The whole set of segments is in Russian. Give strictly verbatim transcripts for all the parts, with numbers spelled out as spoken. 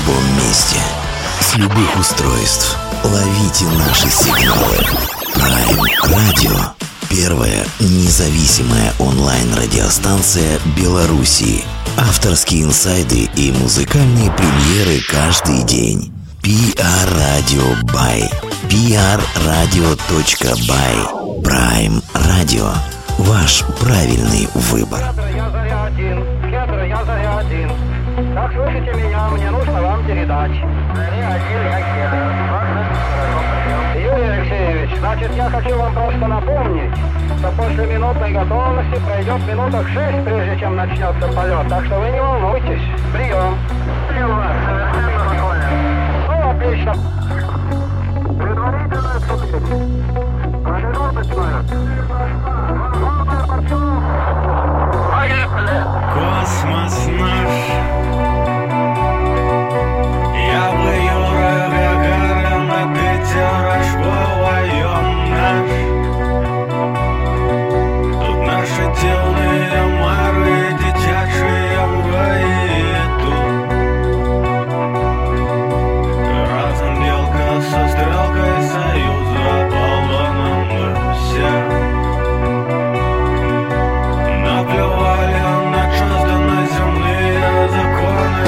любом месте, с любых устройств. Ловите наши сигналы. Prime Radio. Первая независимая онлайн-радиостанция Беларуси. Авторские инсайды и музыкальные премьеры каждый день. пи ар Radio by пи ар радио точка бай. Prime Radio. Ваш правильный выбор. Я заря один, Кедр, я заря один. Как слышите меня, мне нужно вам передать. Заря один, я Кедр. Юрий Алексеевич, значит, я хочу вам просто напомнить, что после минутной готовности пройдет минуток шесть, прежде чем начнется полет. Так что вы не волнуйтесь. Прием. Прием вас, совершенно спокойно. Ну, отлично. Предварительная отступление. Промежуточная. Космос наш, я бы Юра Гагарин, а ты тираж воем наш. Тут наши темные мары, дитячие мраи тут. Разделка со стрелкой союза полоном мы все. Наплевали на чуждые земные законы.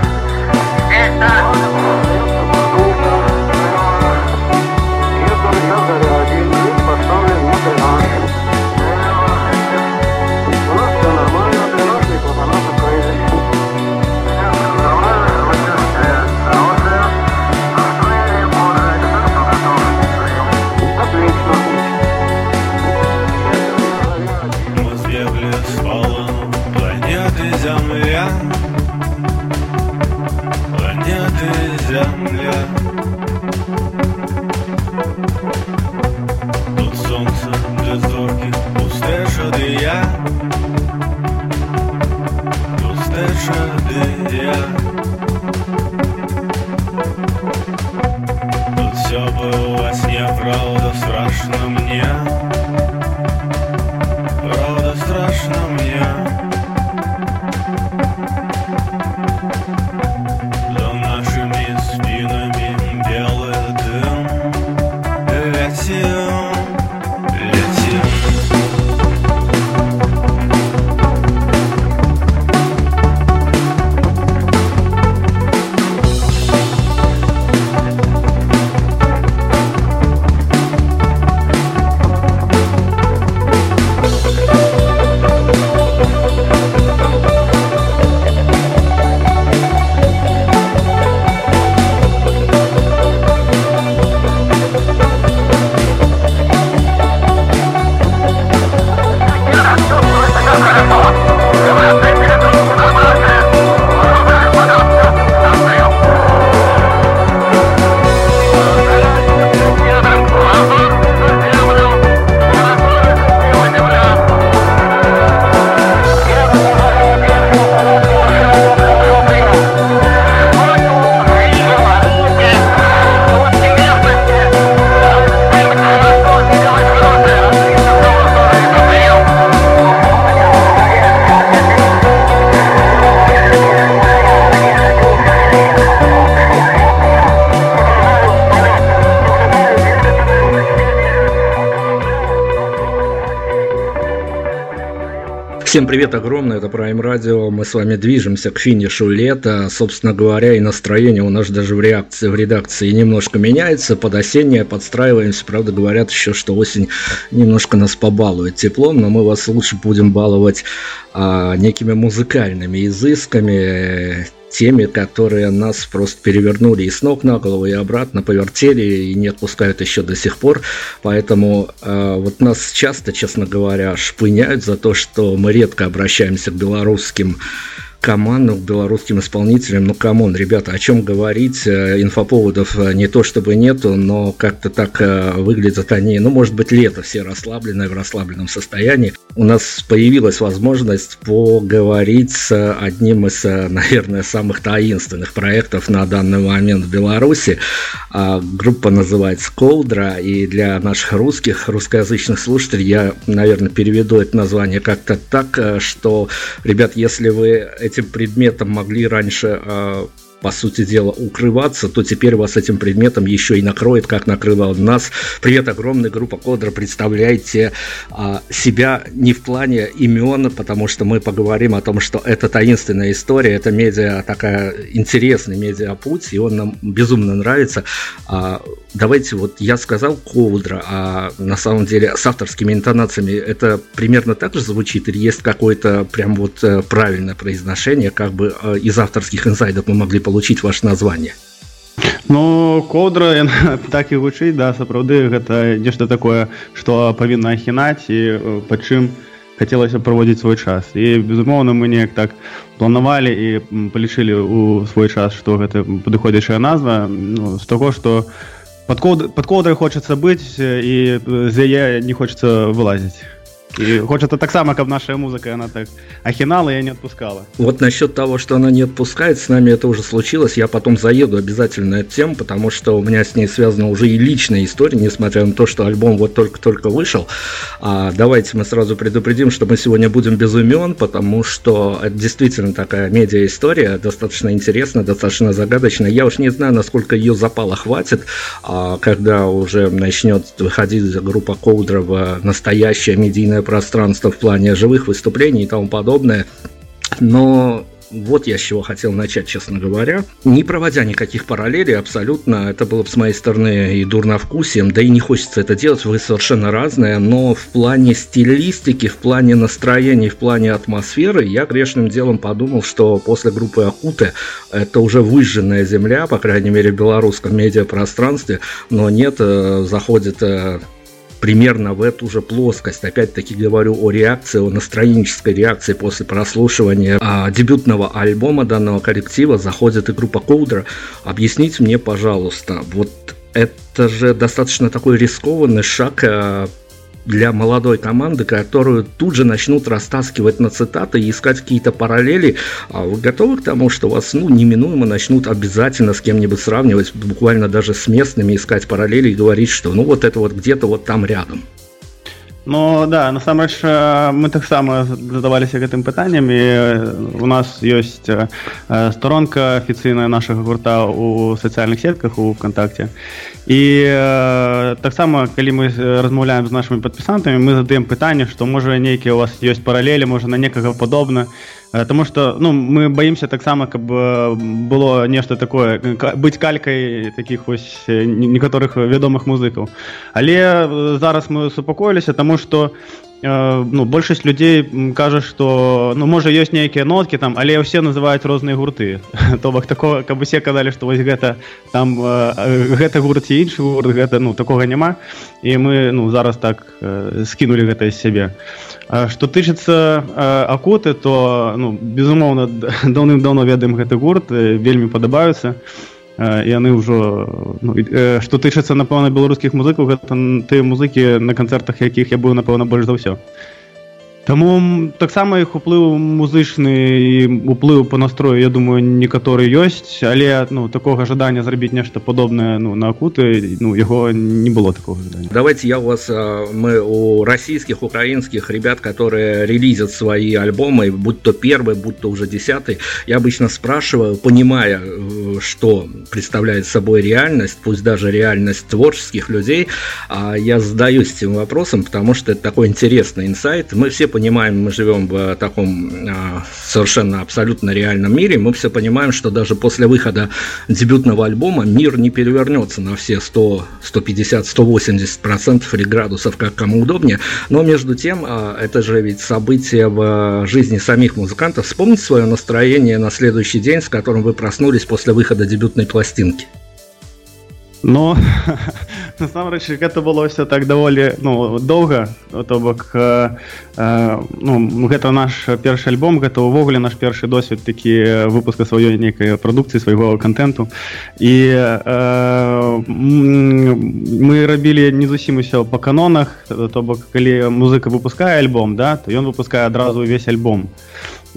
Мы сбегли с полону планеты Земля. Планеты Земля. Тут солнце без зорки, пустые шадыя. Пустые шадыя. Тут все было во сне, правда страшно мне. Правда страшно мне. За нашими спинами белый дым. Летим, летим. Всем привет огромное, это Prime Radio, мы с вами движемся к финишу лета, собственно говоря, и настроение у нас даже в, реакции, в редакции немножко меняется, под осеннее подстраиваемся, правда говорят еще, что осень немножко нас побалует теплом, но мы вас лучше будем баловать а, некими музыкальными изысками, теми, которые нас просто перевернули и с ног на голову, и обратно повертели, и не отпускают еще до сих пор. Поэтому э, вот нас часто, честно говоря, шпыняют за то, что мы редко обращаемся к белорусским командам, к белорусским исполнителям. Ну, камон, ребята, о чем говорить? Инфоповодов не то чтобы нету, но как-то так выглядят они. Ну, может быть, лето, все расслабленные, в расслабленном состоянии. У нас появилась возможность поговорить с одним из, наверное, самых таинственных проектов на данный момент в Беларуси. Группа называется «Ковдра», и для наших русских, русскоязычных слушателей я, наверное, переведу это название как-то так, что, ребят, если вы этим предметом могли раньше по сути дела, укрываться, то теперь вас этим предметом еще и накроет, как накрывал нас. Привет огромный, группа Ковдра. Представляйте а, себя не в плане имен, потому что мы поговорим о том, что это таинственная история, это медиа, такая интересный медиапуть, и он нам безумно нравится. А, давайте, вот я сказал Ковдра, а на самом деле с авторскими интонациями это примерно так же звучит, или есть какое-то прям вот правильное произношение, как бы из авторских инсайдов мы могли получить ваше название? Ну, Ковдра так і гучыць, да, сапраўды гэта нешта такое, што павінна ахінаць і пад чым хацелася праводзіць свой час. І, безумоўна, мы неяк так планавалі і палічылі ў свой час, што гэта падыходзячая назва, ну, з таго, што пад Ковдрай хочацца быць і з яе не хочацца вылазіць. И хочется так само, как наша музыка, она так ахинала и не отпускала. Вот насчет того, что она не отпускает, с нами это уже случилось. Я потом заеду обязательно на эту тему, потому что у меня с ней связана уже и личная история, несмотря на то, что альбом вот только-только вышел. А давайте мы сразу предупредим, что мы сегодня будем без имен, потому что это действительно такая медиа-история, достаточно интересная, достаточно загадочная. Я уж не знаю, насколько ее запала хватит, когда уже начнет выходить группа Ковдра в настоящее медийное пространство в плане живых выступлений и тому подобное. Но вот я с чего хотел начать, честно говоря. Не проводя никаких параллелей, абсолютно, это было бы с моей стороны и дурновкусием, да и не хочется это делать, вы совершенно разные, но в плане стилистики, в плане настроений, в плане атмосферы я грешным делом подумал, что после группы Акуте это уже выжженная земля, по крайней мере в белорусском медиапространстве, но нет, заходит примерно в эту же плоскость. Опять-таки говорю о реакции, о настроенческой реакции после прослушивания а, дебютного альбома данного коллектива. Заходит и группа Ковдра. Объясните мне, пожалуйста, вот это же достаточно такой рискованный шаг а, для молодой команды, которую тут же начнут растаскивать на цитаты и искать какие-то параллели. А вы готовы к тому, что вас ну, неминуемо начнут обязательно с кем-нибудь сравнивать, буквально даже с местными, искать параллели и говорить, что ну вот это вот где-то вот там рядом? Ну да, насамрэч мы таксама задаваліся гэтым пытаннем, і у нас ёсць сторонка афіцыйная нашага гурта ў сацыяльных сетках у ВКонтакте. І таксама, калі мы размаўляем з нашымі падпісантамі, мы задаем пытанне, што можа нейкія у вас ёсць паралелі, можа на некага падобна. Тому что ну, мы боимся так само, как бы было нечто такое, быть калькой таких ось некоторых вядомых музыкаў. Але зараз мы супакоіліся, тому что ну, большасць людзей кажа, што ну, можа ёсць нейкія ноткі там, але ўсе называюць розныя гурты. То бок такого, каб усе казалі, што вось гэта там гэта гурт ці іншы гурт, гэта ну такога няма. І мы ну зараз так скінулі гэта з сябе. Што тычыцца Акуты, то ну безумоўна даўным-даўно ведаем гэты гурт, вельмі падабаюцца. І яны ўжо ну, што тычыцца напэўна беларускіх музыкаў, гэта тыя музыкі, на канцэртах якіх я быў напэўна больш за ўсё. Таму таксама іх уплыў музычны і уплыў па настрою, я думаю, некаторы ёсць, але ну такога жадання зрабіць нешта падобнае ну на Акуты, ну яго не было такого жадания. Давайте я у вас, мы у российских, украинских ребят, которые релизят свои альбомы, будь то первый, будь то уже десятый, я обычно спрашиваю, понимая, что представляет собой реальность, пусть даже реальность творческих людей, я задаюсь этим вопросом, потому что это такой интересный инсайт. Мы все понимаем, мы живем в таком а, совершенно абсолютно реальном мире, мы все понимаем, что даже после выхода дебютного альбома мир не перевернется на все сто, сто пятьдесят, сто восемьдесят процентов или градусов, как кому удобнее, но между тем а, это же ведь событие в жизни самих музыкантов. Вспомните свое настроение на следующий день, с которым вы проснулись после выхода дебютной пластинки. Ну, насамрэч, гэта было ўсё так даволі ну, доўга, то бок э, э, ну, гэта наш першы альбом, гэта ўвогуле наш першы досвед такі выпуска сваёй нейкай прадукцыі, свайго контенту. І э, мы рабілі не зусім усё па канонах, то бок калі музыка выпускае альбом, да, то ён выпускае адразу ўвесь альбом.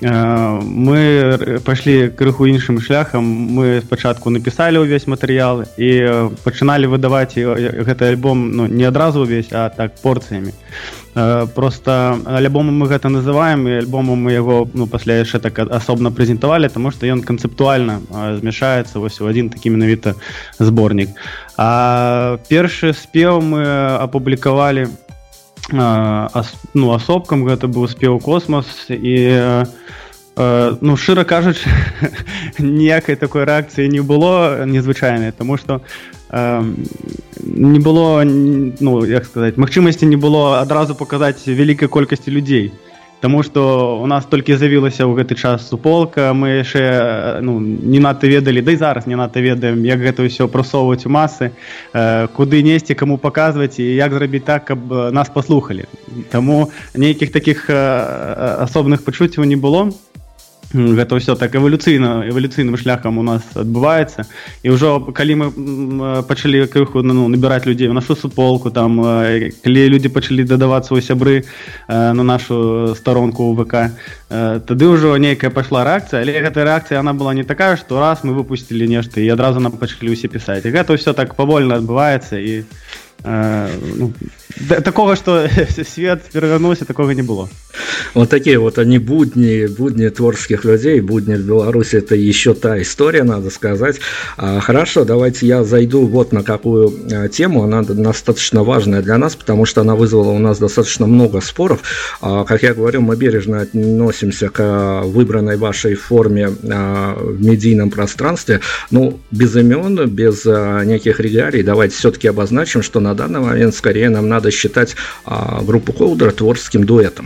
мы пайшлі крыху іншым шляхам. Мы спачатку напісалі ўвесь матэрыял і пачыналі выдаваць гэты альбом, ну, не адразу ўвесь, а так порцыямі. Просто альбомом мы гэта называем, і альбомом мы яго, ну, пасля яшчэ так асобна прэзентавалі, таму што ён канцэптуальна змяшаецца вось у адзін такі менавіта зборнік. А першы спеў мы апублікавалі, ну, асобкам, гэта быў спеў «Космос», і, ну, шчыра кажучы, ніякай такой рэакцыі не было незвычайнай, таму што не было, ну, як сказаць, магчымасці не было адразу паказаць вялікай колькасці людзей. Таму што у нас толькі з'явілася ў гэты час суполка, мы яшчэ, ну, не надта ведалі, да і зараз не надта ведаем, як гэта ўсё прасоўваць у масы, куды несці, каму паказваць і як зрабіць так, каб нас паслухалі. Таму нейкіх такіх асобных пачуццяў не было. Гэта ўсё так эвалюцыйна, эвалюцыйным шляхам у нас адбываецца. І ўжо калі мы пачалі крыху, ну, набіраць людзей у нашу суполку, там, калі людзі пачалі дадавацца ў сябры на нашу старонку ў вэ ка, тады ўжо нейкая пайшла рэакцыя, але гэтая рэакцыя, яна была не такая, што раз мы выпусцілі нешта і адразу нам пачалі ўсе пісаць. І гэта ўсё так павольна адбываецца, і ну, такого, что свет перевернулся, такого не было. Вот такие вот они будни, будни творческих людей, будни в Беларуси, это еще та история, надо сказать. Хорошо, давайте я зайду вот на какую тему, она достаточно важная для нас, потому что она вызвала у нас достаточно много споров. Как я говорю, мы бережно относимся к выбранной вашей форме в медийном пространстве, ну, без имен, без неких регалий. Давайте все-таки обозначим, что на данный момент скорее нам надо считать группу Coulder творческим дуэтом.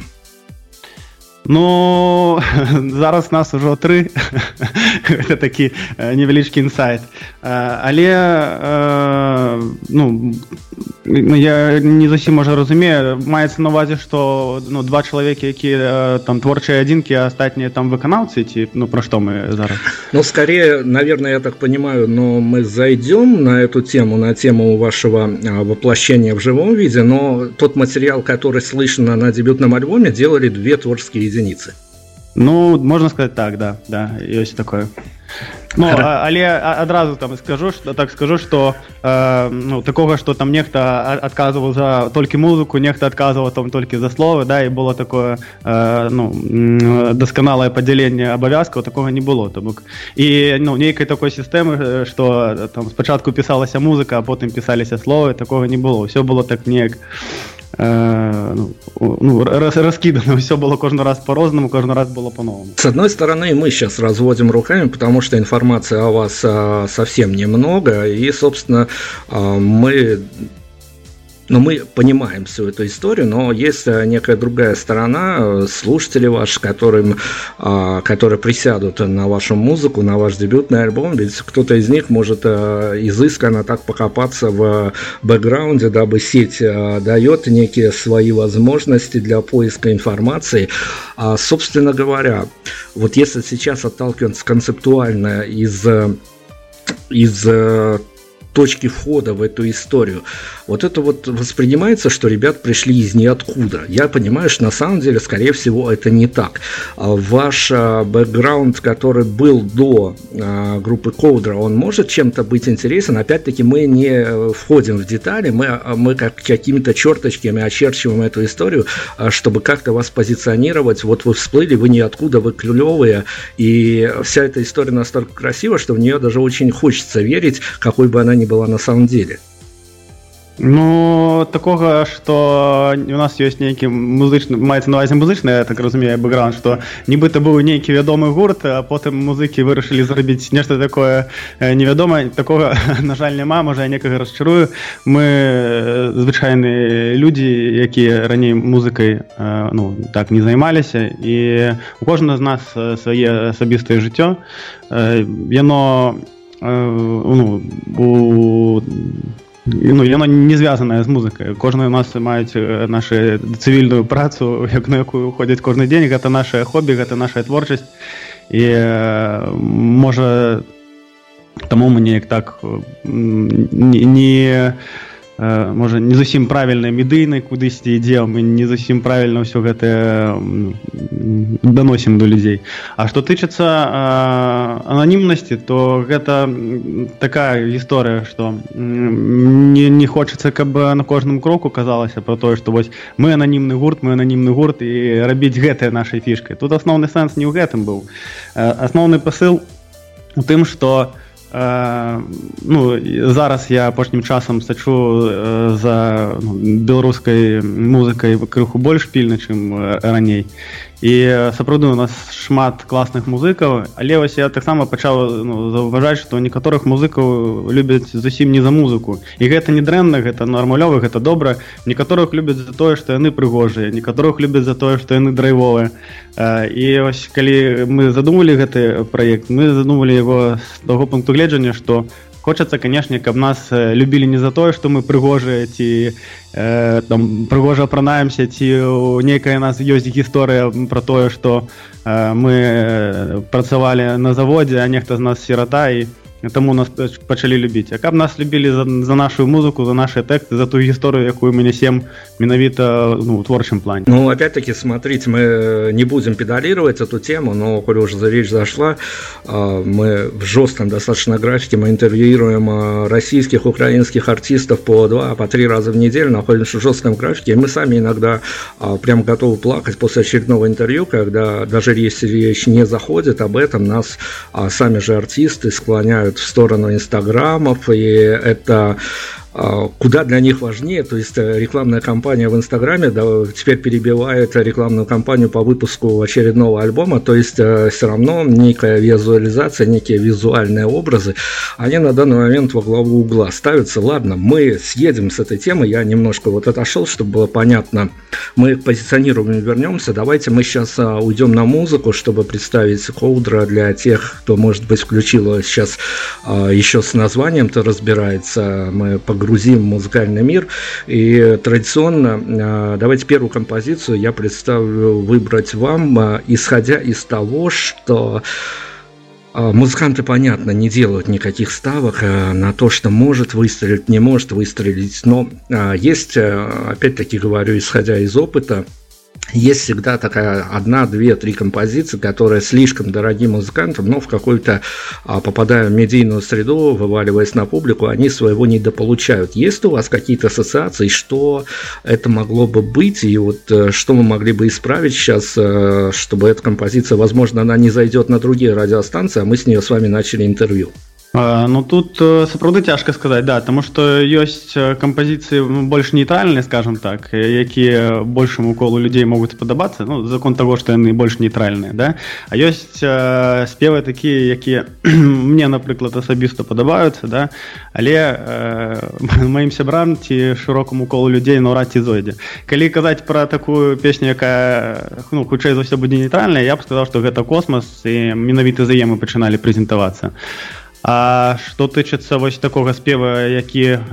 Ну, зараз нас ужо тры. Гэта такі невялічкі інсайт. Але, ну, я не зусім, можа, разумею, маецца на увазе, што, ну, два чалавекі, якія там творчыя адзінкі, а астатнія там выканаўцы, ці, ну, пра што мы зараз? Ну, скорее, наверное, я так понимаю, но мы зайдем на эту тему, на тему вашего воплощения в живом виде, но тот материал, который слышно на дебютном альбоме, делали две творческие единицы. Ну, можно сказать так, да, да, есть такое. Ну, а, але адразу там скажу, что так скажу, что э, ну, такого, что там нехта адказваў за толькі музыку, нехта адказваў там толькі за словы, да, і было такое э, ну, дасканалае падзяленне абавязкаў, такого не было. Таму і, ну, нейкай такой сістэмы, што там спачатку пісалася музыка, а потым пісаліся словы, такого не было. Усё было так неяк ну, ну, раз, раскидано, все было каждый раз по-разному, каждый раз было по-новому. С одной стороны, мы сейчас разводим руками, потому что информации о вас а, совсем немного, и, собственно, а, мы... Но мы понимаем всю эту историю, но есть некая другая сторона, слушатели ваши, которым, которые присядут на вашу музыку, на ваш дебютный альбом, ведь кто-то из них может изысканно так покопаться в бэкграунде, дабы сеть дает некие свои возможности для поиска информации. А, собственно говоря, вот если сейчас отталкиваться концептуально из, из точки входа в эту историю. Вот это вот воспринимается, что ребят пришли из ниоткуда. Я понимаю, что на самом деле, скорее всего, это не так. Ваш бэкграунд, который был до а, группы Coulder, он может чем-то быть интересен. Опять-таки, мы не входим в детали, мы, мы как какими-то черточками очерчиваем эту историю, чтобы как-то вас позиционировать. Вот вы всплыли, вы ниоткуда, вы клевые, и вся эта история настолько красива, что в нее даже очень хочется верить, какой бы она ни была на самом деле. Ну, такого, что у нас есть нейкі музычны, маецца на увазе музычны, я так разумею, бэкграунд, што нібыта быў нейкі вядомы гурт, а потым музыкі вырашылі зрабіць нешта такое невядомае. Такога, на жаль, няма, можа, я некага расчарую. Мы звычайныя людзі, якія раней музыкай, ну, так не займаліся, і у кожнага з нас свае асабістае жыццё. Яно, ну, у ну, яно не звязанае з музыкай. Кожны у нас маюць нашу цывільную працу, на якую ходзяць кожны дзень. Гэта наше хобі, гэта наша творчасць. І можа таму мы неяк так не, не можа не зусім правільна медыйна кудысьці ідзем і не зусім правільна ўсё гэта даносім до людзей. А што тычыцца ананімнасці, то гэта такая гісторыя, што не, не хочацца, каб на кожным кроку казалася про тое, што вось мы ананімны гурт, мы ананімны гурт і рабіць гэтае нашай фішкай. Тут асноўны сэнс не ў гэтым быў. Асноўны пасыл у тым, што ну, зараз я апошнім часам сачу за ну, беларускай музыкай крыху больш пільна, чым раней. І сапраўды у нас шмат класных музыкаў, але вось я таксама пачаў ну, заўважаць, што некаторых музыкаў любяць зусім не за музыку. І гэта не дрэнна, гэта нармалёва, гэта добра. Некаторых любяць за тое, што яны прыгожыя, некаторых любяць за тое, што яны драйвовыя. І вось калі мы задумалі гэты праект, мы задумалі яго з таго пункту гледжання, што хочацца, канешне, каб нас любілі не за тое, што мы прыгожыя ці э, там прыгожа апранаемся, ці нейкая у нас ёсць гісторыя пра тое, што э, мы працавалі на заводзе, а нехта з нас сірата і таму нас пачалі любіць. А каб нас любілі за, за нашу музыку, за наши тэксты, за ту гісторыю, якую мы несем менавіта ну, у творчым плане. Ну, опять-таки, смотрите, мы не будем педалировать эту тему, но, коли уже речь зашла, мы в жестком достаточно графике, мы интервьюируем российских, украинских артистов по два, по три раза в неделю, находимся в жестком графике, и мы сами иногда прям готовы плакать после очередного интервью, когда даже если речь не заходит об этом, нас сами же артисты склоняют в сторону инстаграмов, и это куда для них важнее, то есть рекламная кампания в Инстаграме да, теперь перебивает рекламную кампанию по выпуску очередного альбома, то есть все равно некая визуализация, некие визуальные образы, они на данный момент во главу угла ставятся. Ладно, мы съедем с этой темы, я немножко вот отошел, чтобы было понятно, мы к позиционированию вернемся, давайте мы сейчас уйдем на музыку, чтобы представить Коудра для тех, кто, может быть, включил сейчас еще с названием-то разбирается, мы поговорим грузим музыкальный мир. И традиционно давайте первую композицию я представлю выбрать вам, исходя из того, что музыканты, понятно, не делают никаких ставок на то, что может выстрелить, не может выстрелить, но есть, опять-таки говорю, исходя из опыта, есть всегда такая одна, две, три композиции, которые слишком дороги музыкантам, но в какую-то, попадая в медийную среду, вываливаясь на публику, они своего недополучают. Есть у вас какие-то ассоциации, что это могло бы быть, и вот что мы могли бы исправить сейчас, чтобы эта композиция, возможно, она не зайдет на другие радиостанции, а мы с нее с вами начали интервью? Ну тут сапраўды цяжка сказаць, да, таму што ёсць кампазіцыі больш нейтральныя, скажем так, якія большаму колу людзей могуць спадабацца, ну, закон таго, што яны больш нейтральныя, да? А ёсць э, спевы такія, якія мне, напрыклад, асабіста падабаюцца, да? Але э, маім сябрам ці шырокаму колу людзей наўрад ці зойдзе. Калі казаць пра такую песню, якая, ну, хутчэй за ўсё будзе нейтральная, я б сказаў, што гэта космас, і менавіта за яе мы пачыналі прэзентавацца. А што тычыцца вось такога спева, які э,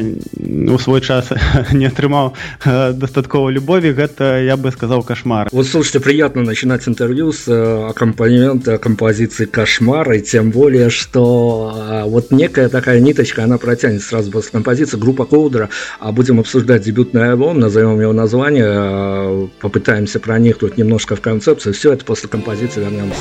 у свой час не атрымаў э, дастаткова любові, гэта, я бы сказал, «Кошмар». Вот, слушайте, приятно начинать интервью с э, аккомпанемента композиции «Кошмар», и тем более, что э, вот некая такая ниточка, она протянет сразу после композиции. Группа Коудра, а будем обсуждать дебютный альбом, назовем его название, э, попытаемся проникнуть немножко в концепцию. Все это после композиции, вернемся.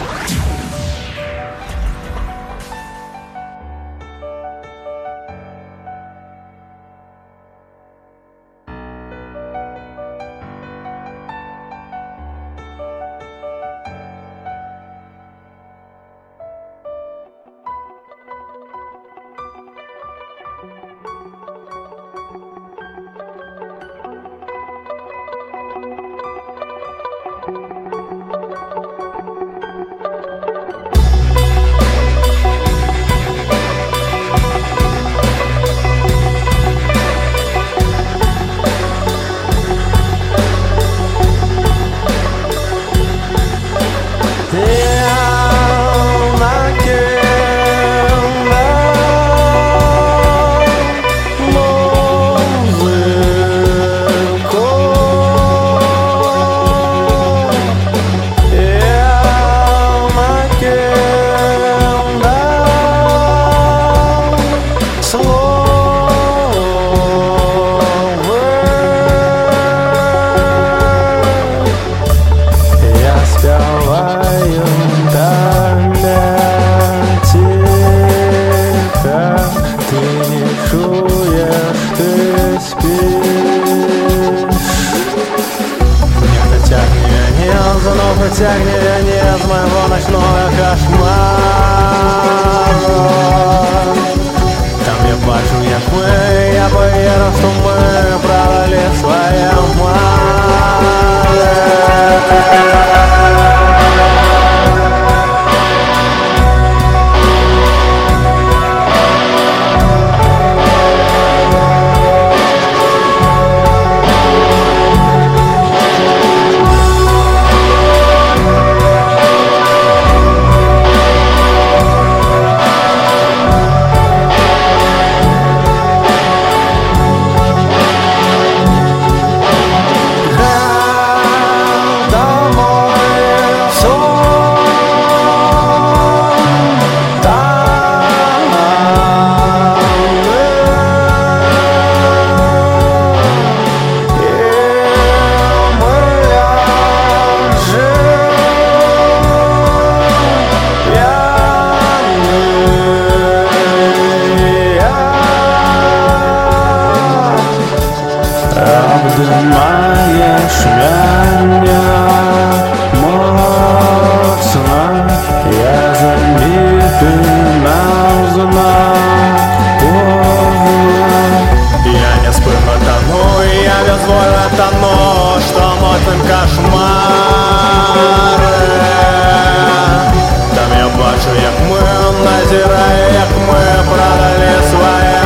Там я бачу, як ми, назираю, як ми продали своє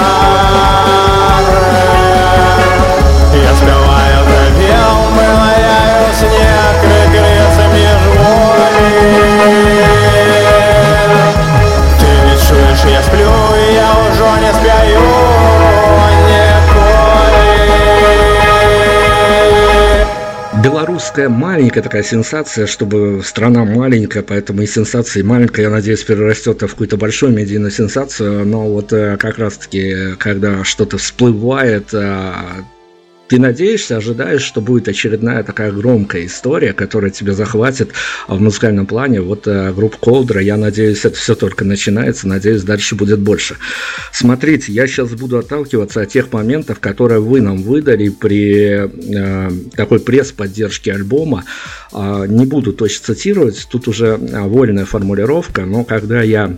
мари. Я співаю припів, милая у сніг, крик-крицем міжволі. Ти не чуєш, я сплю, і я уже не спяю ніколи. Белорусская маленькая такая сенсация, чтобы страна маленькая, поэтому и сенсация маленькая, я надеюсь, перерастет в какую-то большую медийную сенсацию, но вот как раз-таки, когда что-то всплывает, ты надеешься, ожидаешь, что будет очередная такая громкая история, которая тебя захватит в музыкальном плане. Вот группа Колдра, я надеюсь, это все только начинается, надеюсь, дальше будет больше. Смотрите, я сейчас буду отталкиваться от тех моментов, которые вы нам выдали при э, такой пресс-поддержке альбома. Э, не буду точно цитировать, тут уже вольная формулировка, но когда я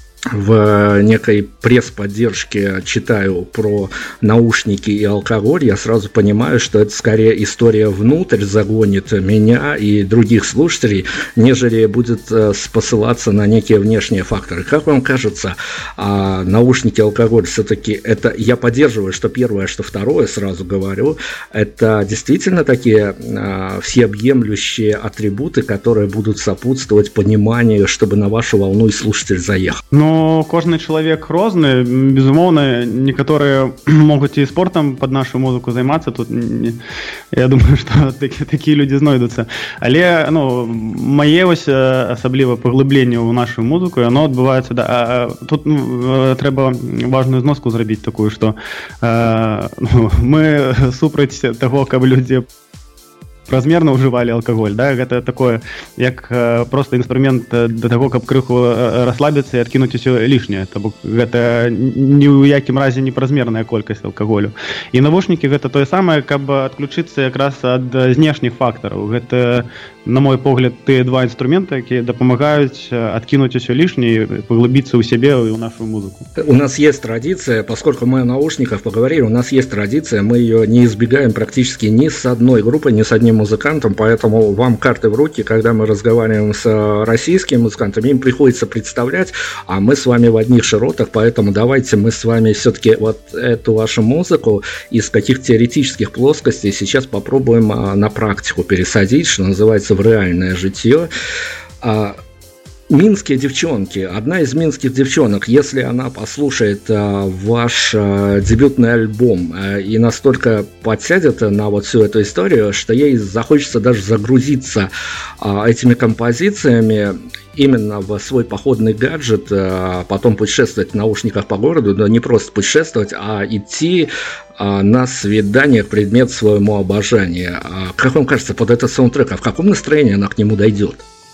в некой пресс-поддержке читаю про наушники и алкоголь, я сразу понимаю, что это скорее история внутрь загонит меня и других слушателей, нежели будет посылаться на некие внешние факторы. Как вам кажется, наушники и алкоголь все-таки это, я поддерживаю, что первое, что второе, сразу говорю, это действительно такие всеобъемлющие атрибуты, которые будут сопутствовать пониманию, чтобы на вашу волну и слушатель заехал? Ну, кожны чалавек розны, безумоўна, некаторыя могуць і спортам пад нашу музыку займацца, тут я думаю, што такі, такія людзі знойдуцца. Але ну, мае вось асабліва паглыбленне ў нашу музыку, яно адбываецца, да, а тут ну, трэба важную зноску зрабіць такую, што э, ну, мы супраць таго, каб людзі размерно ўжывалі алкаголь, да, гэта такое як э, просто інструмент для таго, каб крыху расслабіцца і адкінуць усё лішняе, то бок гэта ні ў якім разе не празмерная колькасць алкаголю. І навушнікі гэта тое самае, каб адключыцца якраз ад знешніх фактараў. Гэта, на мой погляд, тыя два інструменты, якія дапамагаюць адкінуць усё лішняе, паглыбіцца ў сябе і ў нашу музыку. У нас есть традиция, поскольку мы о наушниках поговорили, у нас есть традиция, мы ее не избегаем практически ни с одной группой, ни с одним музыкантом, поэтому вам карты в руки, когда мы разговариваем с российскими музыкантами, им приходится представлять, а мы с вами в одних широтах, поэтому давайте мы с вами все-таки вот эту вашу музыку из каких-то теоретических плоскостей сейчас попробуем на практику пересадить, что называется, в реальное житье. Минские девчонки. Одна из минских девчонок, если она послушает а, ваш а, дебютный альбом а, и настолько подсядет на вот всю эту историю, что ей захочется даже загрузиться а, этими композициями именно в свой походный гаджет, а потом путешествовать в наушниках по городу, но не просто путешествовать, а идти а, на свидание, предмет своему обожанию. А, как вам кажется, под этот саундтрек, а в каком настроении она к нему дойдет?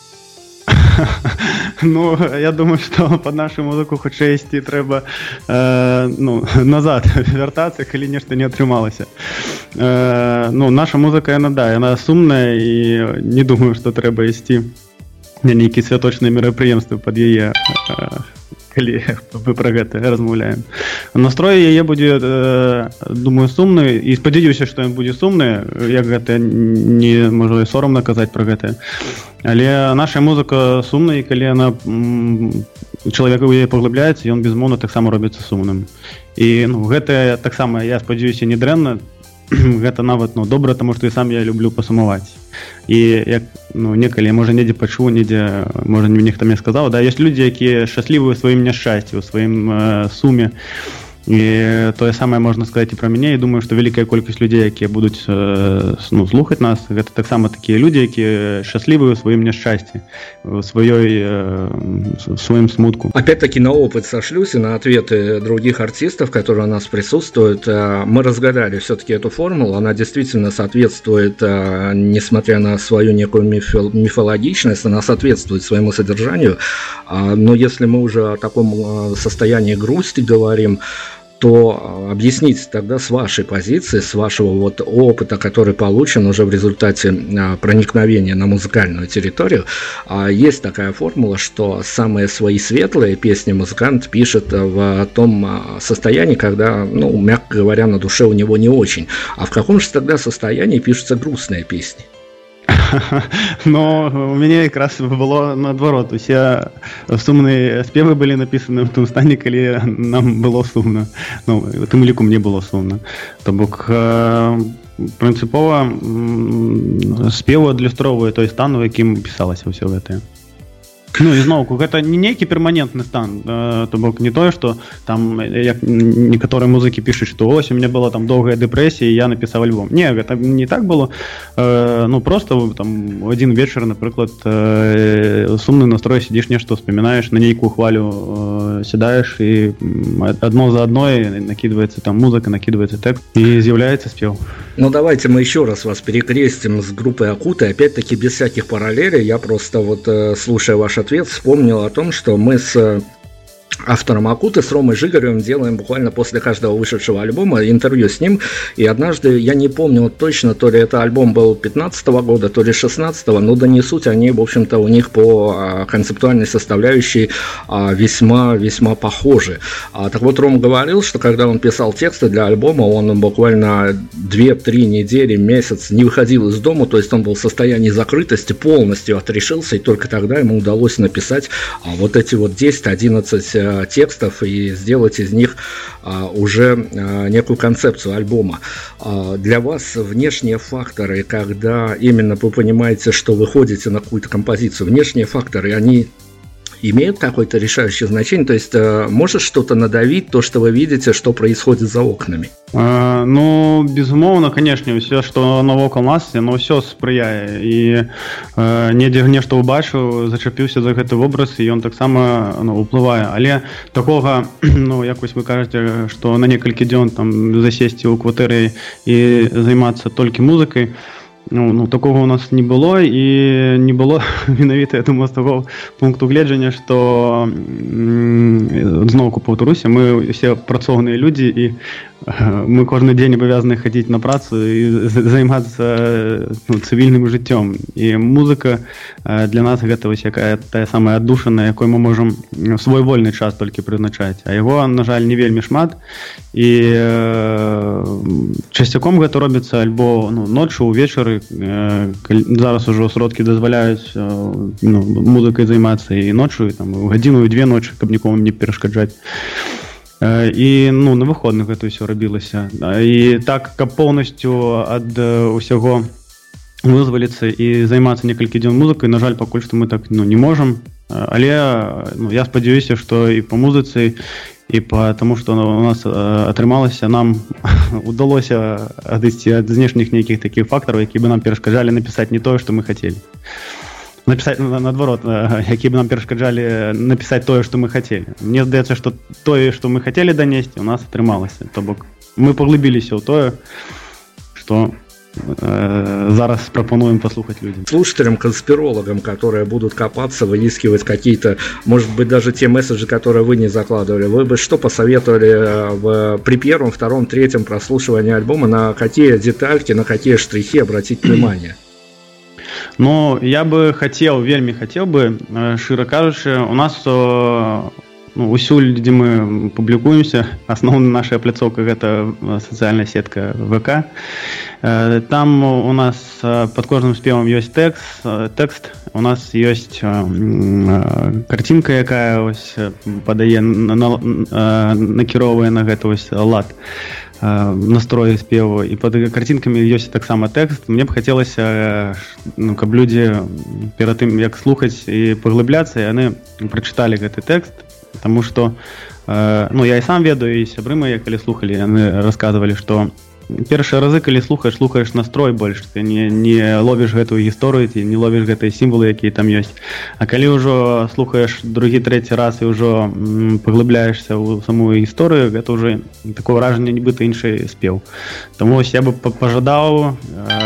Ну, я думаю, што пад нашу музыку хутчэй ісці трэба э, ну, назад вяртацца, калі нешта не атрымалася. Э, ну, наша музыка, яна, да, яна сумная, і не думаю, што трэба ісці на нейкія святочныя мерапрыемствы пад яе, э, калі мы пра гэта размаўляем. Настрой яе будзе, э, думаю, сумны, і спадзяюся, што ён будзе сумны, як гэта не можа сорамна казаць пра гэта. Але наша музыка сумная, і калі яна чалавек у яе паглыбляецца, ён безумоўна таксама робіцца сумным. І ну, гэта таксама, я спадзяюся, не дрэнна, гэта нават ну, добра, таму што і сам я люблю пасумаваць. І як ну, некалі, можа, недзе пачуў, недзе, можа, нехта мне сказаў, да, ёсць людзі, якія шчаслівыя ў сваім няшчасці, у сваім э, суме. І тое самае можна сказаць і пра мяне, і думаю, што вялікая колькасць людзей, якія будуць э, ну, слухаць нас, гэта таксама такія людзі, якія шчаслівыя ў сваім няшчасці, у сваёй, э, своим смутку. Опять-таки на опыт сошлюсь и на ответы других артистов, которые у нас присутствуют. Мы разгадали все-таки эту формулу, она действительно соответствует, несмотря на свою некую мифологичность, она соответствует своему содержанию. Но если мы уже о таком состоянии грусти говорим, то объясните тогда с вашей позиции, с вашего вот опыта, который получен уже в результате проникновения на музыкальную территорию. Есть такая формула, что самые свои светлые песни музыкант пишет в том состоянии, когда, ну, мягко говоря, на душе у него не очень. А в каком же тогда состоянии пишутся грустные песни? Но у мяне якраз было наадварот, усе сумныя спевы былі напісаны ў тым стане, калі нам было сумна. Ну, у тым ліку мне было сумна. То бок прынцыпова спеву адлюстроўвае той стан, у якім пісалася ўсё гэтае. Ну і зноўку, гэта не нейкі перманентны стан, то бок не тое, што там як некаторыя музыкі пішуць, што ось у мяне была там доўгая дэпрэсія, і я напісаў альбом. Не, гэта не так было. Ну просто там адзін вечар, напрыклад, сумны настрой, сидзіш нешта успамінаеш, на нейкую хвалю сядаеш і адно за адной накидывается там музыка, накидывается тэкст і з'яўляецца спеў. Ну давайте мы еще раз вас перекрестим с группой Акуты, опять-таки без всяких параллелей. Я просто вот, слушая ваш ответ, вспомнил о том, что мы с автором Акуты, с Ромой Жигаревым, делаем буквально после каждого вышедшего альбома интервью с ним. И однажды, я не помню точно, то ли это альбом был пятнадцатого года, то ли шестнадцатого, но да не суть, они, в общем-то, у них по концептуальной составляющей весьма-весьма похожи. Так вот, Рома говорил, что когда он писал тексты для альбома, он буквально две-три недели, месяц не выходил из дома, то есть он был в состоянии закрытости, полностью отрешился, и только тогда ему удалось написать вот эти вот десять-одиннадцать текстов и сделать из них а, уже а, некую концепцию альбома. А, для вас внешние факторы, когда именно вы понимаете, что вы ходите на какую-то композицию, внешние факторы, они имеют какое-то решающее значение? То есть а, может что-то надавить, то, что вы видите, что происходит за окнами? А, ну, безумоўна, канешне, ўсё, што навокал нас, яно ўсё спрыяе. І а, недзе нешта ўбачыў, зачапіўся за гэты вобраз, і ён таксама ну, уплывае. Але такога, ну, як вось вы кажаце, што на некалькі дзён там засесці ў кватэры і займацца толькі музыкай, Ну, ну, такого у нас не было, і не было менавіта, я думаю, з таго пункту гледжання, што зноўку паўтаруся, мы ўсе працоўныя людзі, і мы кожны дзень абавязаны хадзіць на працу і займацца ну, цывільным жыццём. І музыка для нас гэта вось якая тая самая аддушана, якой мы можам свой вольны час толькі прызначаць. А яго, на жаль, не вельмі шмат. І часцяком гэта робіцца альбо ну, ноччу, увечары. Зараз ужо сродкі дазваляюць ну, музыкай займацца і ноччу, і там у гадзіну і две ночы, каб нікому не перашкаджаць. І ну, на выходных гэта ўсё рабілася. І так, каб поўнасцю ад усяго вызваліцца і займацца некалькі дзён музыкай, на жаль, пакуль што мы так ну, не можам. Але ну, я спадзяюся, што і па музыцы, і па таму, што у нас атрымалася, нам удалося адысці ад знешніх нейкіх такіх фактараў, які бы нам перашкаджалі напісаць не тое, што мы хацелі. Напісаць, наадварот, які бы нам перашкаджалі напісаць тое, што мы хацелі. Мне здаецца, што тое, што мы хацелі данесці, у нас атрымалася. То бок мы паглыбіліся ў тое, што зараз пропонуем послушать людям. Слушателям, конспирологам, которые будут копаться, выискивать какие-то, может быть, даже те месседжи, которые вы не закладывали, вы бы что посоветовали в, при первом, втором, третьем прослушивании альбома, на какие детальки, на какие штрихи обратить внимание? Ну, я бы хотел, вельмі хотел бы, широ кажучи, у нас ну, усюль, дзе мы публікуемся, асноўная наша пляцоўка гэта сацыяльная сетка ВК. Там у нас под кожным спевам ёсць тэкст, тэкст, у нас ёсць карцінка, якая ось падае, накіроўвае на гэта ось лад настрой спеву, і под карцінкамі ёсць таксама тэкст. Мне б хацелася, ну, каб людзі перад тым, як слухаць і паглыбляцца, яны прачыталі гэты тэкст, потому что э, ну, я і сам ведаю, і сябры мае, калі слухалі, яны расказвалі, што першыя разы, калі слухаеш, слухаеш настрой больш, ты не, не ловіш гэтую гісторыю, ты не ловіш гэтыя сімвалы, якія там ёсць. А калі ўжо слухаеш другі, трэці раз і ўжо м, паглыбляешся ў самую гісторыю, гэта ўжо такое ўражанне, нібыта іншы спеў. Таму ось я бы пажадаў,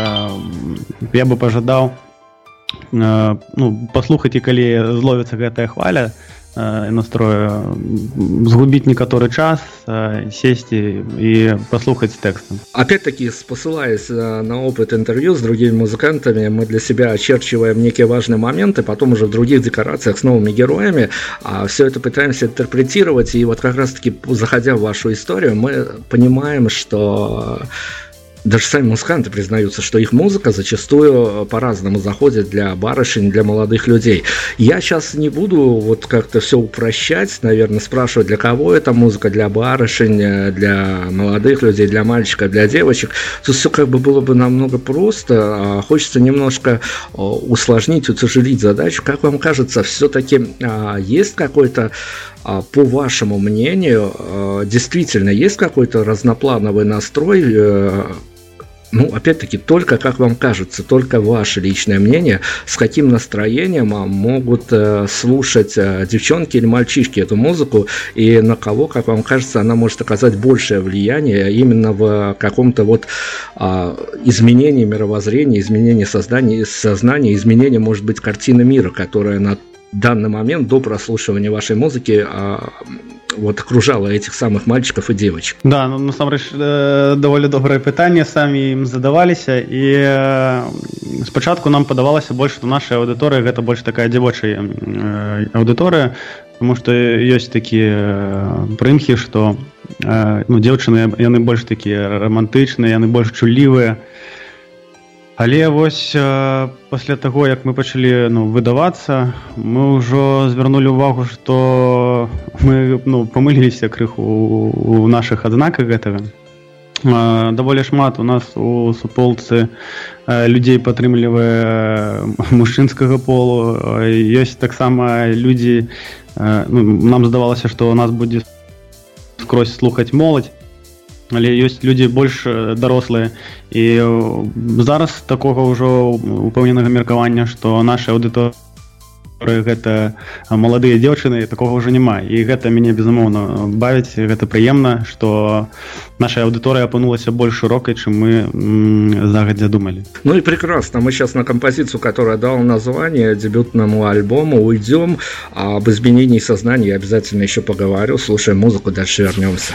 э, я бы пажадаў э, ну, паслухаць, і калі зловіцца гэтая хваля настрою, згубить некоторый час, сесть и послушать с текстом. Опять-таки, посылаясь на опыт интервью с другими музыкантами, мы для себя очерчиваем некие важные моменты, потом уже в других декорациях с новыми героями, а все это пытаемся интерпретировать, и вот как раз-таки, заходя в вашу историю, мы понимаем, что даже сами музыканты признаются, что их музыка зачастую по-разному заходит для барышень, для молодых людей. Я сейчас не буду вот как-то все упрощать, наверное, спрашивать, для кого эта музыка, для барышень, для молодых людей, для мальчиков, для девочек. Тут все как бы было бы намного просто. Хочется немножко усложнить, утяжелить задачу. Как вам кажется, все-таки есть какой-то, по вашему мнению, действительно есть какой-то разноплановый настрой? Ну, опять-таки, только как вам кажется, только ваше личное мнение, с каким настроением могут э, слушать э, девчонки или мальчишки эту музыку, и на кого, как вам кажется, она может оказать большее влияние именно в каком-то вот э, изменении мировоззрения, изменении сознания, сознания, изменении, может быть, картины мира, которая на данный момент до прослушивания вашей музыки э, вот окружала этих самых мальчиков и девочек. Да, ну насамрэч даволі добрае пытанне, самі ім задаваліся, і спачатку нам падавалася больш, што наша аўдыторыя гэта больш такая дзявочая аўдыторыя, тому што ёсць такія прымхі, што ну, дзяўчыны яны больш такія рамантычныя, яны больш чуллівыя. Але вось пасля таго, як мы пачалі ну, выдавацца, мы ўжо звярнулі ўвагу, што мы ну, памыліліся крыху у нашых адзнаках гэтага. Даволі шмат у нас у суполцы людзей падтрымлівае мужчынскага полу. Ёсць таксама людзі, ну, нам здавалася, што у нас будзе скрозь слухаць моладзь, але ёсць людзі больш дарослыя, і зараз такога ўжо упэўненага меркавання, што наша аўдыторыя гэта маладыя дзяўчыны, такога ўжо няма, і гэта мяне безумоўна бавіць, гэта прыемна, што наша аўдыторыя апынулася больш шырокай, чым мы загадзя думалі. Ну и прекрасно, мы сейчас на композицию, которая дала название дебютному альбому, уйдем, а об изменении сознания я обязательно еще поговорю, слушаем музыку, дальше вернемся.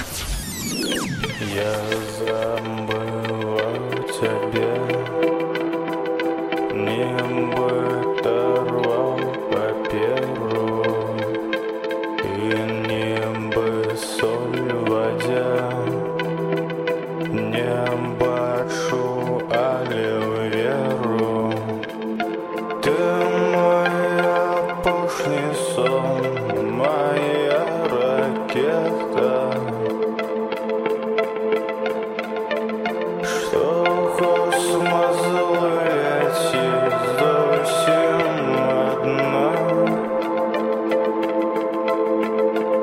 Зовсім одна.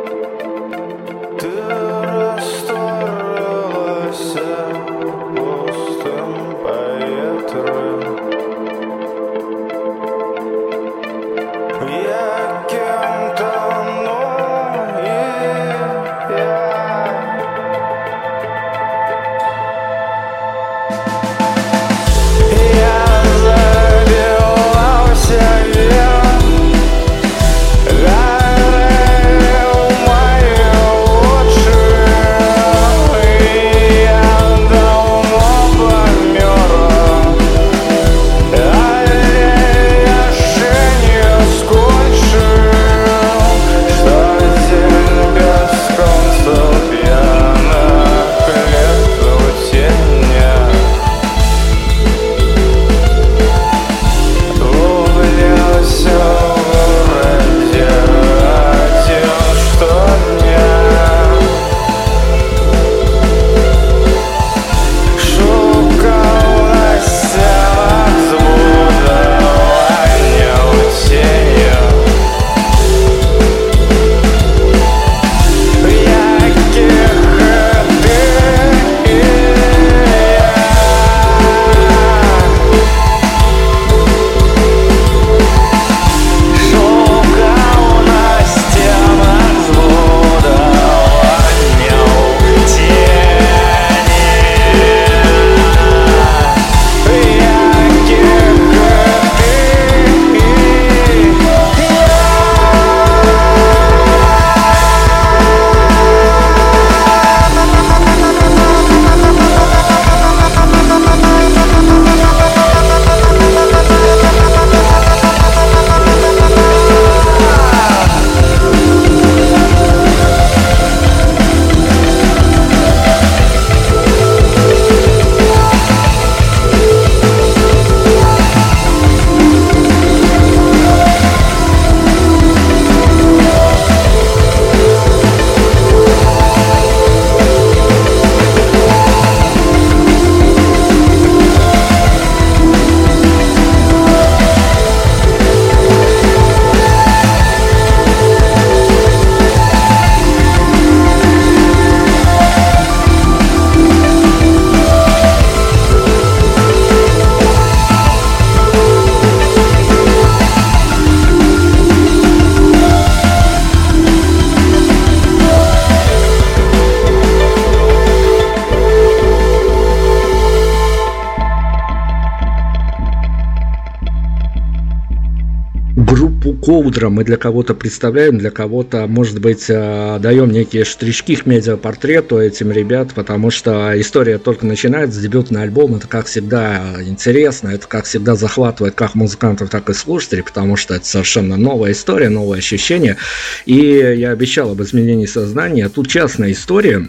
ковдра, мы для кого-то представляем, для кого-то, может быть, даем некие штришки к медиапортрету этим ребят, потому что история только начинается, дебютный альбом, это, как всегда, интересно, это, как всегда, захватывает как музыкантов, так и слушателей, потому что это совершенно новая история, новое ощущение, и я обещал об изменении сознания, тут частная история.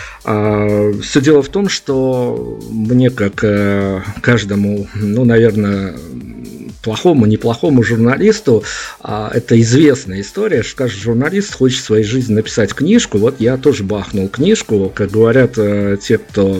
Все дело в том, что мне, как каждому, ну, наверное, плохому, неплохому журналисту, это известная история, что каждый журналист хочет в своей жизни написать книжку. Вот я тоже бахнул книжку, как говорят те, кто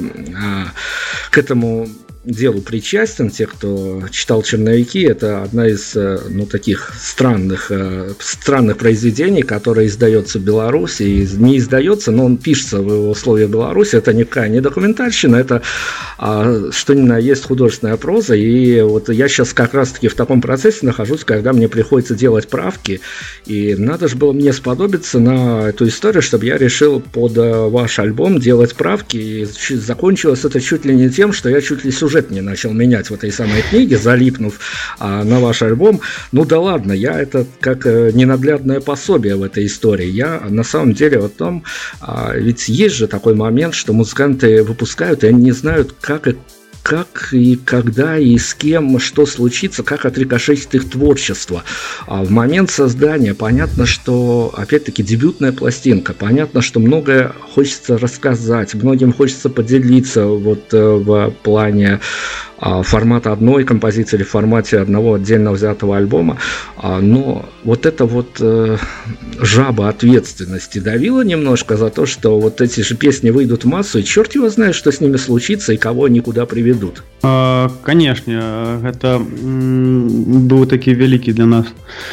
к этому делу причастен, те, кто читал «Черновики», это одна из, ну, таких странных, странных произведений, которая издается в Беларуси, и не издается, но он пишется в условиях Беларуси, это никакая не документальщина, это а, что ни на есть художественная проза, и вот я сейчас как раз-таки в таком процессе нахожусь, когда мне приходится делать правки, и надо же было мне сподобиться на эту историю, чтобы я решил под ваш альбом делать правки, и закончилось это чуть ли не тем, что я чуть ли сюжет не начал менять в этой самой книге, залипнув а, на ваш альбом. Ну да ладно, я это как а, ненаглядное пособие в этой истории. Я на самом деле о том, а, ведь есть же такой момент, что музыканты выпускают, и они не знают, как это, как и когда и с кем что случится, как отрикошетит их творчество. А в момент создания понятно, что, опять-таки, дебютная пластинка, понятно, что многое хочется рассказать, многим хочется поделиться вот в плане формата одной композиции или в формате одного отдельно взятого альбома, но вот эта вот жаба ответственности давила немножко за то, что вот эти же песни выйдут в массу, и черт его знает, что с ними случится и кого они куда приведут. Конечно, это был такий великий для нас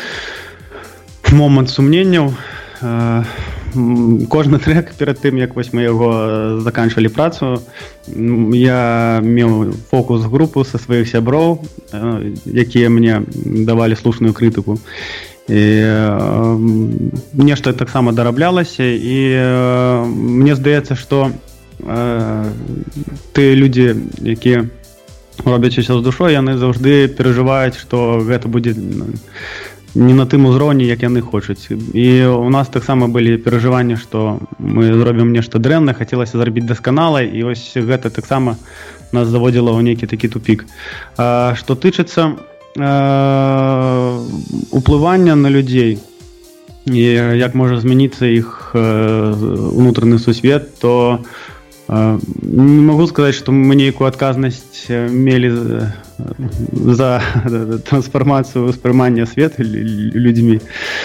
момент сумненняў. Кожны трек перад тым, як вось мы яго заканчвалі працу, я меў фокус-групу са сваіх сяброў, якія мне давалі слушную крытыку. І нешта таксама дараблялася, і мне здаецца, што тыя людзі, якія робяць усё з душой, яны заўжды перажываюць, што гэта будзе не на тым узроўні, як яны хочуць. І у нас таксама былі перажыванні, што мы зробім нешта дрэнна, хацелася зрабіць дасканала, і вось гэта таксама нас заводзіла ў нейкі такі тупік. А, што тычыцца а, уплывання на людзей і як можа змяніцца іх унутраны сусвет, то а, не магу сказаць, што мы нейкую адказнасць мелі за трансфармацыю ўспрымання свету людзьмі.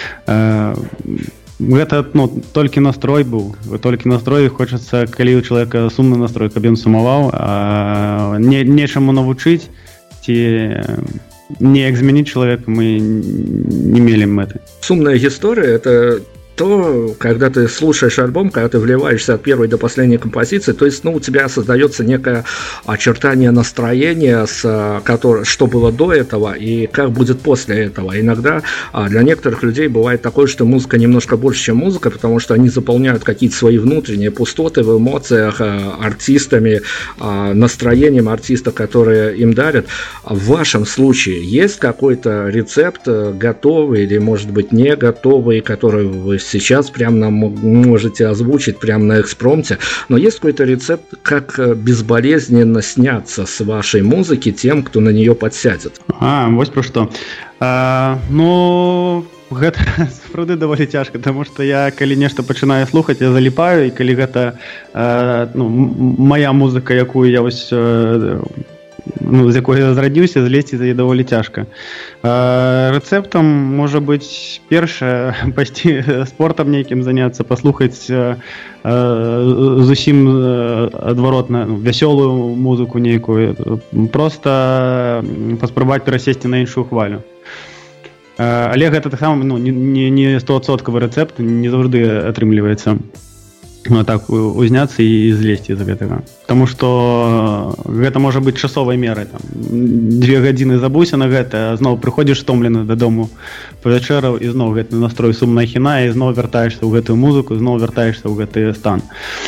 Гэта, ну, толькі настрой быў, толькі настрой, хочацца, калі у чалавека сумны настрой, каб ён сумаваў, а не, нечаму навучыць ці неяк змяніць чалавека мы не мелі мэты. Сумная гісторыя — это то, когда ты слушаешь альбом, когда ты вливаешься от первой до последней композиции, то есть, ну, у тебя создается некое очертание настроения, с, которое, что было до этого и как будет после этого. Иногда а, для некоторых людей бывает такое, что музыка немножко больше, чем музыка, потому что они заполняют какие-то свои внутренние пустоты в эмоциях а, артистами, а, настроением артистов, которые им дарят. А в вашем случае есть какой-то рецепт готовый или, может быть, не готовый, который вы сейчас прям нам можете озвучить прямо на экспромте, но есть какой-то рецепт, как безболезненно сняться с вашей музыки тем, кто на нее подсядет? А, вот про что. А, ну, гэта сапраўды даволі цяжка, потому что я, калі нешта пачынаю слухаць, я заліпаю, і калі гэта а, ну, моя музыка, якую я вось ну, з якой я зрадзіўся, злезці за яе даволі цяжка. А, рэцэптам можа быць першае, пайсці спортам нейкім заняцца, паслухаць а, зусім адваротна, ну, вясёлую музыку нейкую, проста паспрабаваць перасесці на іншую хвалю. А, але гэта таксама, ну, не, не стовадсоткавы рэцэпт, не заўжды атрымліваецца. Ну, так узняцца і злезці з гэтага. Таму што гэта можа быць часовай мерай. Там, две гадзіны забыўся на гэта, зноў прыходзіш стомлены дадому павячэраў, і зноў гэты настрой сумная хіна, і зноў вяртаешся ў гэтую музыку, зноў вяртаешся ў гэты стан.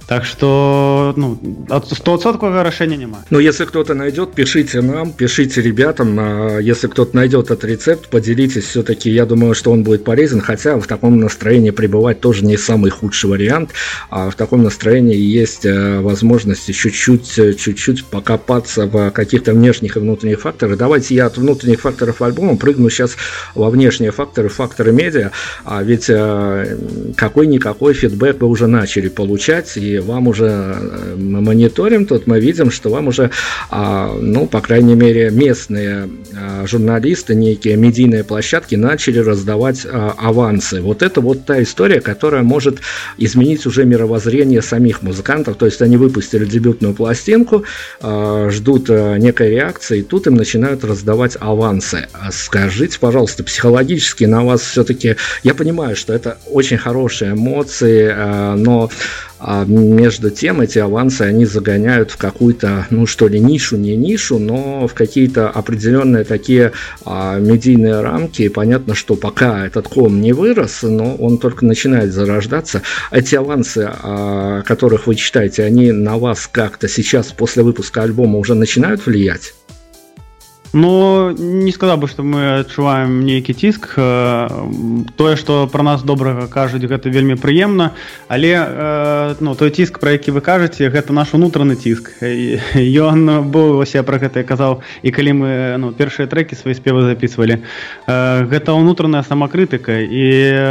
Так что, ну, стопроцентного решения нема. Но если кто-то найдет, пишите нам, пишите ребятам. Если кто-то найдет этот рецепт, поделитесь. Все-таки, я думаю, что он будет полезен. Хотя в таком настроении пребывать тоже не самый худший вариант. А в таком настроении есть возможность чуть-чуть, чуть-чуть покопаться в каких-то внешних и внутренних факторах. Давайте я от внутренних факторов альбома прыгну сейчас во внешние факторы, факторы медиа. А ведь какой-никакой фидбэк вы уже начали получать, и вам уже, мы мониторим тут, мы видим, что вам уже, ну, по крайней мере, местные журналисты, некие медийные площадки начали раздавать авансы. Вот это вот та история, которая может изменить уже мировоззрение самих музыкантов. То есть они выпустили дебютную пластинку, ждут некой реакции, и тут им начинают раздавать авансы. Скажите, пожалуйста, психологически на вас все-таки, я понимаю, что это очень хорошие эмоции, но между тем эти авансы они загоняют в какую-то, ну что ли, нишу, не нишу, но в какие-то определенные такие а, медийные рамки. И понятно, что пока этот ком не вырос, но он только начинает зарождаться. Эти авансы, а, которых вы читаете, они на вас как-то сейчас после выпуска альбома уже начинают влиять? Ну, не сказаў бы, што мы адчуваем нейкі ціск. Тое, што пра нас добрага кажуць, гэта вельмі прыемна, але ну, той ціск, пра які вы кажаце, гэта наш унутраны ціск. Ён быў, вось я пра гэта казаў, і калі мы ну, першыя трэкі свае спевы запісвалі. Гэта ўнутраная самакрытыка, і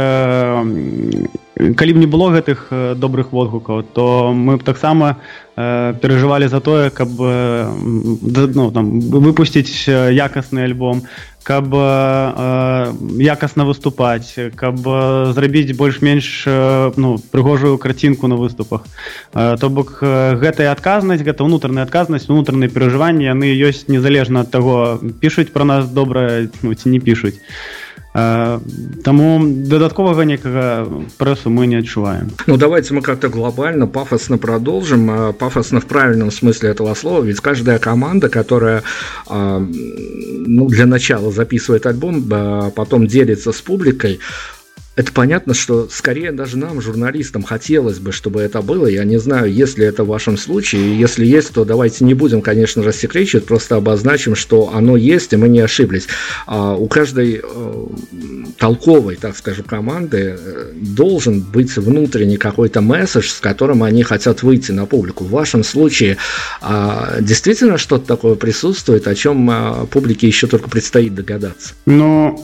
калі б не было гэтых добрых водгукаў, то мы б таксама перажывалі за тое, каб ну, там, выпусціць якасны альбом, каб якасна выступаць, каб зрабіць больш-менш ну, прыгожую карцінку на выступах. То бок гэтая адказнасць, гэта ўнутраная адказнасць, унутраныя перажыванні, яны ёсць незалежна ад таго, пішуць пра нас добра ну, ці не пішуць. Тому додаткового некого прессу мы не отчуваем. Ну давайте мы как-то глобально, пафосно продолжим. Пафосно в правильном смысле этого слова. Ведь каждая команда, которая ну, для начала записывает альбом, потом делится с публикой, это понятно, что скорее даже нам, журналистам, хотелось бы, чтобы это было. Я не знаю, есть ли это в вашем случае. Если есть, то давайте не будем, конечно, рассекречивать, просто обозначим, что оно есть, и мы не ошиблись. А у каждой э, толковой, так скажем, команды должен быть внутренний какой-то месседж, с которым они хотят выйти на публику. В вашем случае э, действительно что-то такое присутствует, о чем э, публике еще только предстоит догадаться? Ну,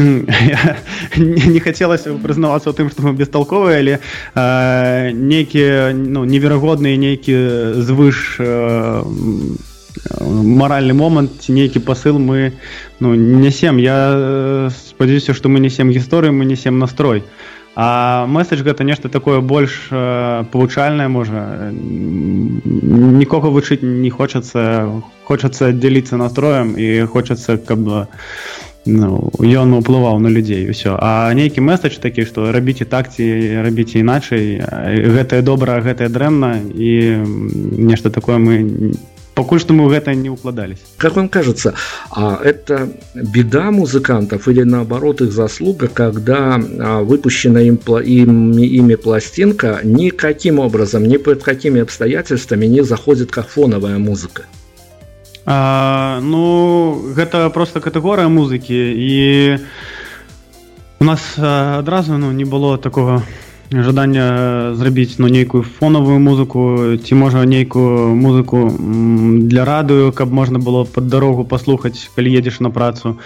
не хотелось прызнавацца ў тым, што мы бесталковыя, але э, нейкія ну, неверагодныя, нейкі звыш э, маральны момант, нейкі пасыл мы ну, несем. Я спадзяюся, што мы несем гісторыю, мы несем настрой. А месседж гэта нешта такое больш э, павучальнае, можа. Нікога вучыць не хочацца, хочацца дзяліцца настроем і хочацца, каб ну, ён уплываў на людзей, усё. А нейкі месседж такі, што рабіце так ці рабіце іначай, гэтае добра, гэтае дрэнна, і нешта такое мы... Покуль что мы в это не укладались. Как вам кажется, а это беда музыкантов или наоборот их заслуга, когда выпущенная им, им, ими пластинка никаким образом, ни под какими обстоятельствами не заходит как фоновая музыка? А, ну, гэта просто катэгорыя музыкі, і у нас адразу ну, не было такого жадання зрабіць ну, нейкую фоновую музыку, ці можа нейкую музыку для радыё, каб можна было пад дарогу паслухаць, калі едзеш на працу.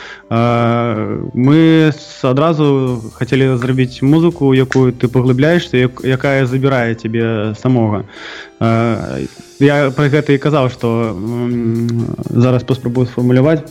Мы адразу хацелі зрабіць музыку, якую ты паглыбляешся, якая забірае цябе самога. Я пра гэта і казаў, што зараз паспрабую сфармуляваць.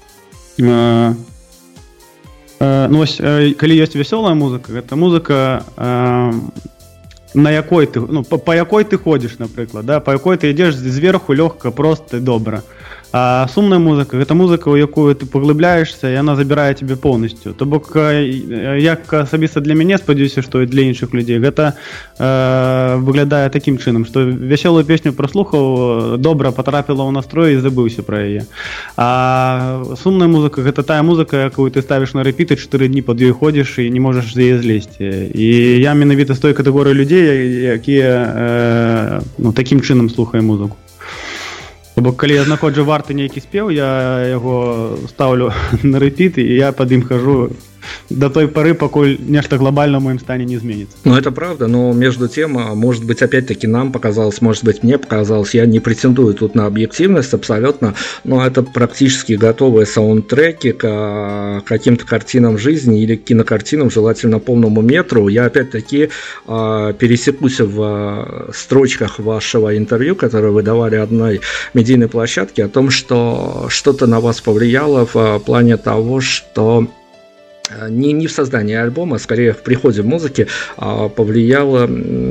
Ну, ось, калі ёсць вясёлая музыка, гэта музыка, на якой ты, ну, па, па якой ты ходзіш, напрыклад, да, па якой ты ідзеш зверху лёгка, проста і добра. А сумная музыка – гэта музыка, у якую ты паглыбляешся, і яна забірае цябе поўнасцю. То бок, як асабіста для мяне, спадзяюся, што і для іншых людзей, гэта э, выглядае такім чынам, што вясёлую песню праслухаў, добра патрапіла ў настрой і забыўся пра яе. А сумная музыка – гэта тая музыка, якую ты ставіш на рэпіт, і чатыры дні пад ёй ходзіш і не можаш з яе злезці. І я менавіта з той катэгорыі людзей, якія э, ну, такім чынам слухае музыку. Бо калі я знаходжу варты нейкі спеў, я яго ставлю на рэпіт, і я пад ім хожу до той поры, покуль нечто глобально в моем стане не изменится. Ну, это правда, но между тем, может быть, опять-таки нам показалось, может быть, мне показалось, я не претендую тут на объективность абсолютно, но это практически готовые саундтреки к каким-то картинам жизни или кинокартинам, желательно полному метру. Я опять-таки пересекусь в строчках вашего интервью, которое вы давали одной медийной площадке, о том, что что-то на вас повлияло в плане того, что Не, не в создании альбома, скорее в приходе музыки а, повлияло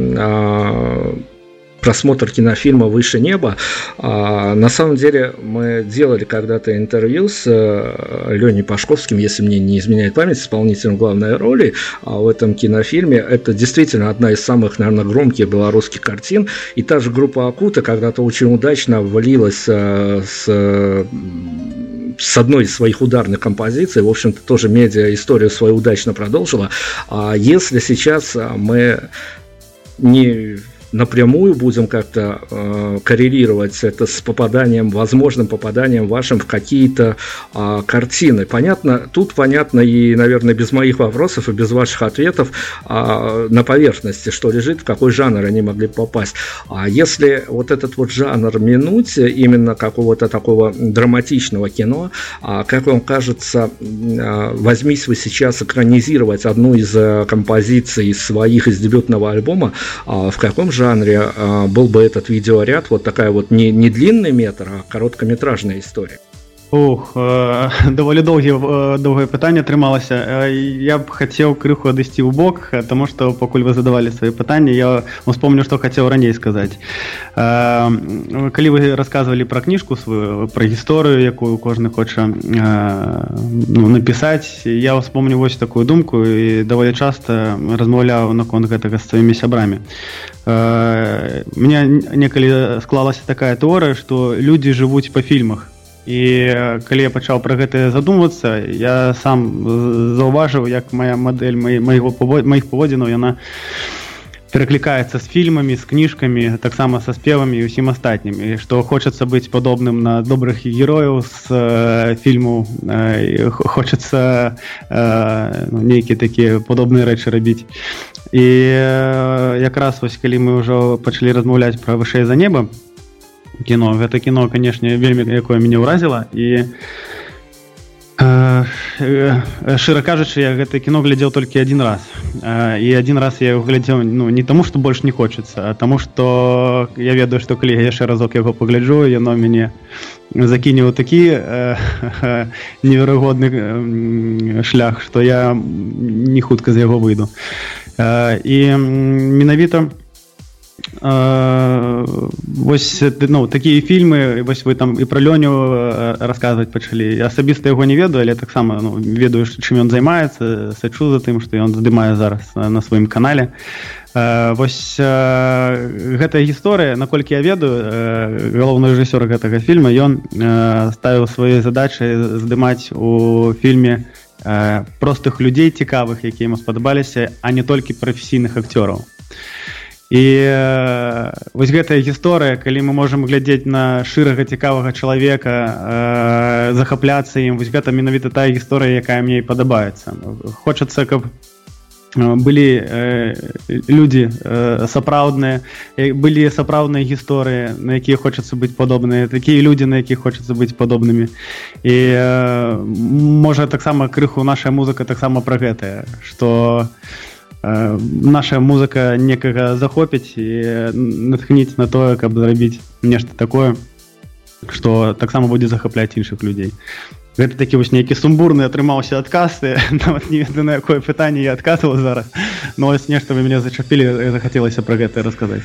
а, просмотр кинофильма «Выше неба». А, на самом деле мы делали когда-то интервью с а, Леней Пашковским, если мне не изменяет память, исполнителем главной роли а, в этом кинофильме. Это действительно одна из самых, наверное, громких белорусских картин. И та же группа «Акута» когда-то очень удачно влилась а, с... с одной из своих ударных композиций, в общем-то, тоже медиа-историю свою удачно продолжила. А если сейчас мы не напрямую будем как-то э, коррелировать это с попаданием, возможным попаданием вашим в какие-то э, картины. Понятно, тут понятно и, наверное, без моих вопросов и без ваших ответов э, на поверхности, что лежит, в какой жанр они могли попасть. А если вот этот вот жанр минуть, именно какого-то такого драматичного кино, э, как вам кажется, э, возьмись вы сейчас экранизировать одну из э, композиций своих из дебютного альбома, э, в каком жанре жанре э, был бы этот видеоряд, вот такая вот не, не длинный метр, а короткометражная история? Ух, э, даволі доўгі, э, доўгае пытанне атрымалася. Э, я б хацеў крыху адысці ў бок, таму што пакуль вы задавалі свае пытанні, я успомню, што хацеў раней сказаць. Э, калі вы расказвалі пра кніжку сваю, пра гісторыю, якую кожны хоча э, ну, напісаць, я успомню вось такую думку і даволі часта размаўляў наконт гэтага з сваімі сябрамі. Э, мне некалі склалася такая тэорыя, што людзі жывуць па фільмах. І калі я пачаў пра гэта задумвацца, я сам заўважыў, як моя мадэль маіх паводзінаў, яна пераклікаецца з фільмамі, з кніжкамі, таксама са спевамі і ўсім астатнім. І што хочацца быць падобным на добрых герояў з э, фільму, э, хочацца э, ну, нейкія такія падобныя рэчы рабіць. І э, якраз вось калі мы ўжо пачалі размаўляць пра «Вышэй за неба», кіно. Гэта кіно, канешне, вельмі якое мяне ўразіла, і э, э, шчыра кажучы, я гэта кіно глядзеў толькі адзін раз. Э, і адзін раз я яго глядзеў, ну, не таму, што больш не хочацца, а таму, што я ведаю, што калі я яшчэ разок яго пагляджу, яно мяне закіне ў такі э, э, неверагодны э, шлях, што я не хутка з яго выйду. Э, і менавіта Uh, вось ну, такія фільмы, вось вы там і пра Лёню uh, расказваць пачалі. Я асабіста яго не ведаю, але таксама ну, ведаю, чым ён займаецца, сачу за тым, што ён здымае зараз на сваім канале. Uh, вось uh, гэтая гісторыя, наколькі я ведаю, uh, галоўны рэжысёр гэтага фільма, ён uh, ставіў свае задачы здымаць у фільме uh, простых людзей цікавых, якія яму спадабаліся, а не толькі прафесійных акцёраў. І э, вось гэтая гісторыя, калі мы можам глядзець на шчырага цікавага чалавека, э, захапляцца ім, вось гэта менавіта тая гісторыя, якая мне і падабаецца. Хочацца, каб былі э, людзі э, сапраўдныя, былі сапраўдныя гісторыі, на якія хочацца быць падобныя, такія людзі, на якіх хочацца быць падобнымі. І э, можа таксама крыху наша музыка таксама пра гэтае, што наша музыка некага захопіць і натхніць на тое, каб зрабіць нешта такое, што таксама будзе захапляць іншых людзей. Гэта такі вось нейкі сумбурны атрымаўся адказ, нават не ведаю, на якое пытанне я адказваў зараз, но вось нешта вы мяне зачапілі, захацелася пра гэта расказаць.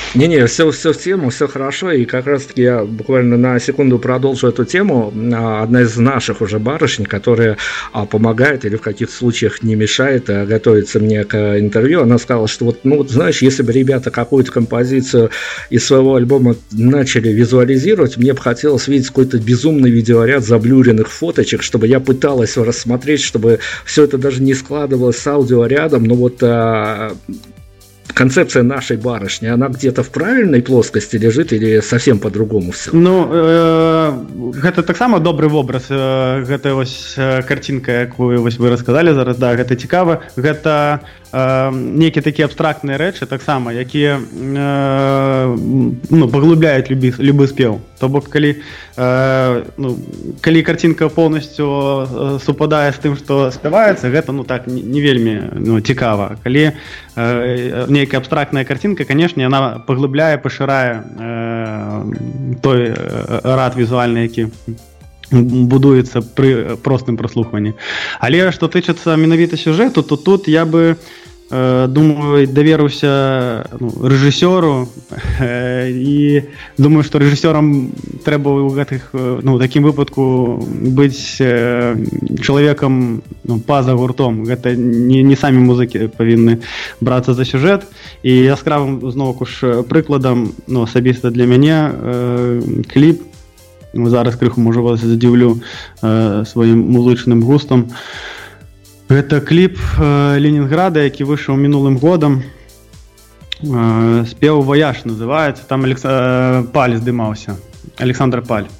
Не-не, все, все в тему, все хорошо, и как раз-таки я буквально на секунду продолжу эту тему. Одна из наших уже барышень, которая помогает или в каких-то случаях не мешает готовиться мне к интервью, она сказала, что вот, ну вот, знаешь, если бы ребята какую-то композицию из своего альбома начали визуализировать, мне бы хотелось видеть какой-то безумный видеоряд заблюренных фоточек, чтобы я пыталась рассмотреть, чтобы все это даже не складывалось с аудиорядом, но вот... Концепция нашей барышни, она где-то в правильной плоскости лежит или совсем по-другому все? Ну, э, гэта таксама добры вобраз, э, гэта вось картинка, як вы, вось вы расказалі зараз, да, гэта цікава, гэта э, некія такія абстрактныя рэчы таксама, якія э, ну, паглубляюць любы, любы спеў. То бок, калі, э, ну, калі картинка полностью супадае з тым, што спяваецца, гэта ну так не, не вельмі ну, цікава. Калі э, некая абстрактная картинка, конечно, яна паглыбляе, пашырае э, той рад візуальны, які будуецца пры простым праслухванні. Але што тычыцца менавіта сюжэту, то тут я бы э, думаю, даверыўся ну, рэжысёру э, і думаю, што рэжысёрам трэба ў гэтых ну, такім выпадку быць э, чалавекам ну, па-за гуртом. Гэта не, не самі музыкі павінны брацца за сюжэт. І яскравым зноўку ж прыкладам ну, асабіста для мяне э, кліп. Зараз крыху можа вас здзіўлю э, сваім музычным густам. Гэта кліп э, Ленінграда, які выйшаў мінулым годам. Э, спеў «Ваяж» называецца. Там Алекс... э, Паль здымаўся. Александр Паль.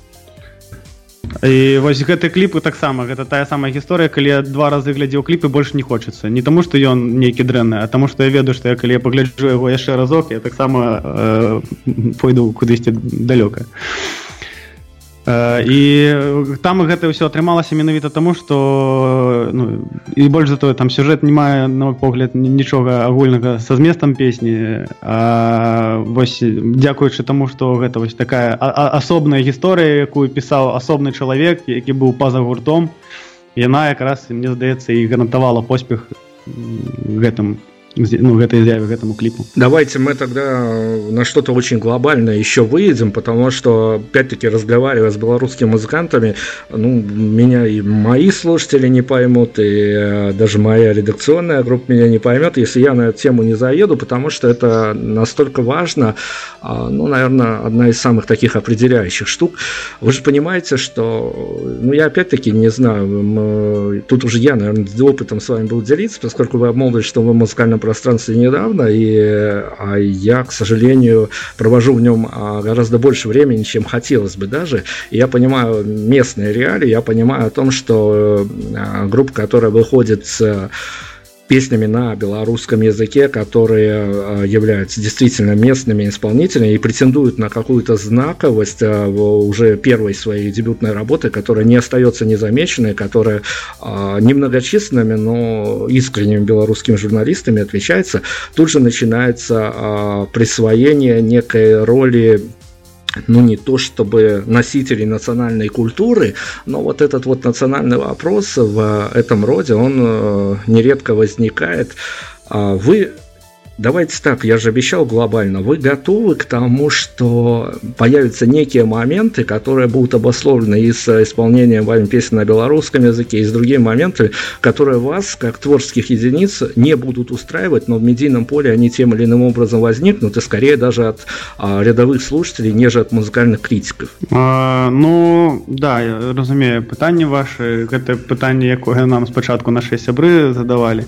І вось гэты кліп таксама, гэта тая самая гісторыя, калі я два разы глядзеў кліп і больш не хочацца. Не таму, што ён нейкі дрэнны, а таму, што я ведаю, што я, калі я пагляджу яго яшчэ разок, я таксама э, пойду кудысьці далёка. І там гэта ўсё атрымалася менавіта таму, што ну, і больш за тое, там сюжэт не мае, на мой погляд, нічога агульнага са зместам песні, а вось дзякуючы таму, што гэта вось такая асобная гісторыя, якую пісаў асобны чалавек, які быў па-за гуртом, яна якраз, мне здаецца, і гарантавала поспех гэтым ну, гэтай з'яве, гэтаму клипу. Давайте мы тогда на что-то очень глобальное еще выйдем, потому что, опять-таки, разговаривая с белорусскими музыкантами, ну, меня и мои слушатели не поймут, и даже моя редакционная группа меня не поймет, если я на эту тему не заеду, потому что это настолько важно, ну, наверное, одна из самых таких определяющих штук. Вы же понимаете, что, ну, я опять-таки не знаю, мы, тут уже я, наверное, опытом с вами буду делиться, поскольку вы обмолвились, что вы в музыкальном пространстве недавно, и а я, к сожалению, провожу в нем гораздо больше времени, чем хотелось бы даже. И я понимаю местные реалии, я понимаю о том, что группа, которая выходит с песнями на белорусском языке, которые являются действительно местными исполнителями и претендуют на какую-то знаковость уже первой своей дебютной работы, которая не остается незамеченной, которая немногочисленными, но искренними белорусскими журналистами отмечается. Тут же начинается присвоение некой роли, ну, не то чтобы носителей национальной культуры, но вот этот вот национальный вопрос в этом роде, он нередко возникает. Вы, давайте так, я же обещал глобально, вы готовы к тому, что появятся некие моменты, которые будут обусловлены и с исполнением вами песен на белорусском языке, и с другими моментами, которые вас, как творческих единиц, не будут устраивать, но в медийном поле они тем или иным образом возникнут, и скорее даже от а, рядовых слушателей, нежели от музыкальных критиков? А, ну, да, я разумею пытанне ваше, гэта пытанне, якое нам спачатку наши сябры задавали.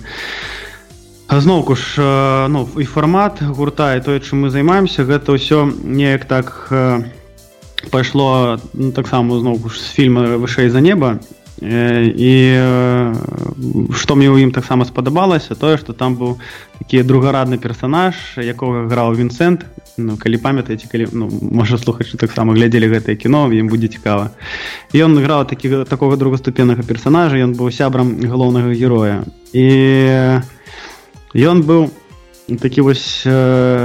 Зноўку ж, ну, і фармат гурта, і тое, чым мы займаемся, гэта ўсё неяк так э, пайшло, ну, таксама зноўку ж з фільма «Вышэй за неба». Э, і э, што мне ў ім таксама спадабалася, тое, што там быў такі другарадны персанаж, якога граў Вінсент. Ну, калі памятаеце, калі, ну, можа слухачы таксама глядзелі гэтае кіно, ім будзе цікава. Ён граў такі, такога другаступеннага персанажа, ён быў сябрам галоўнага героя. І ён быў такі вось э,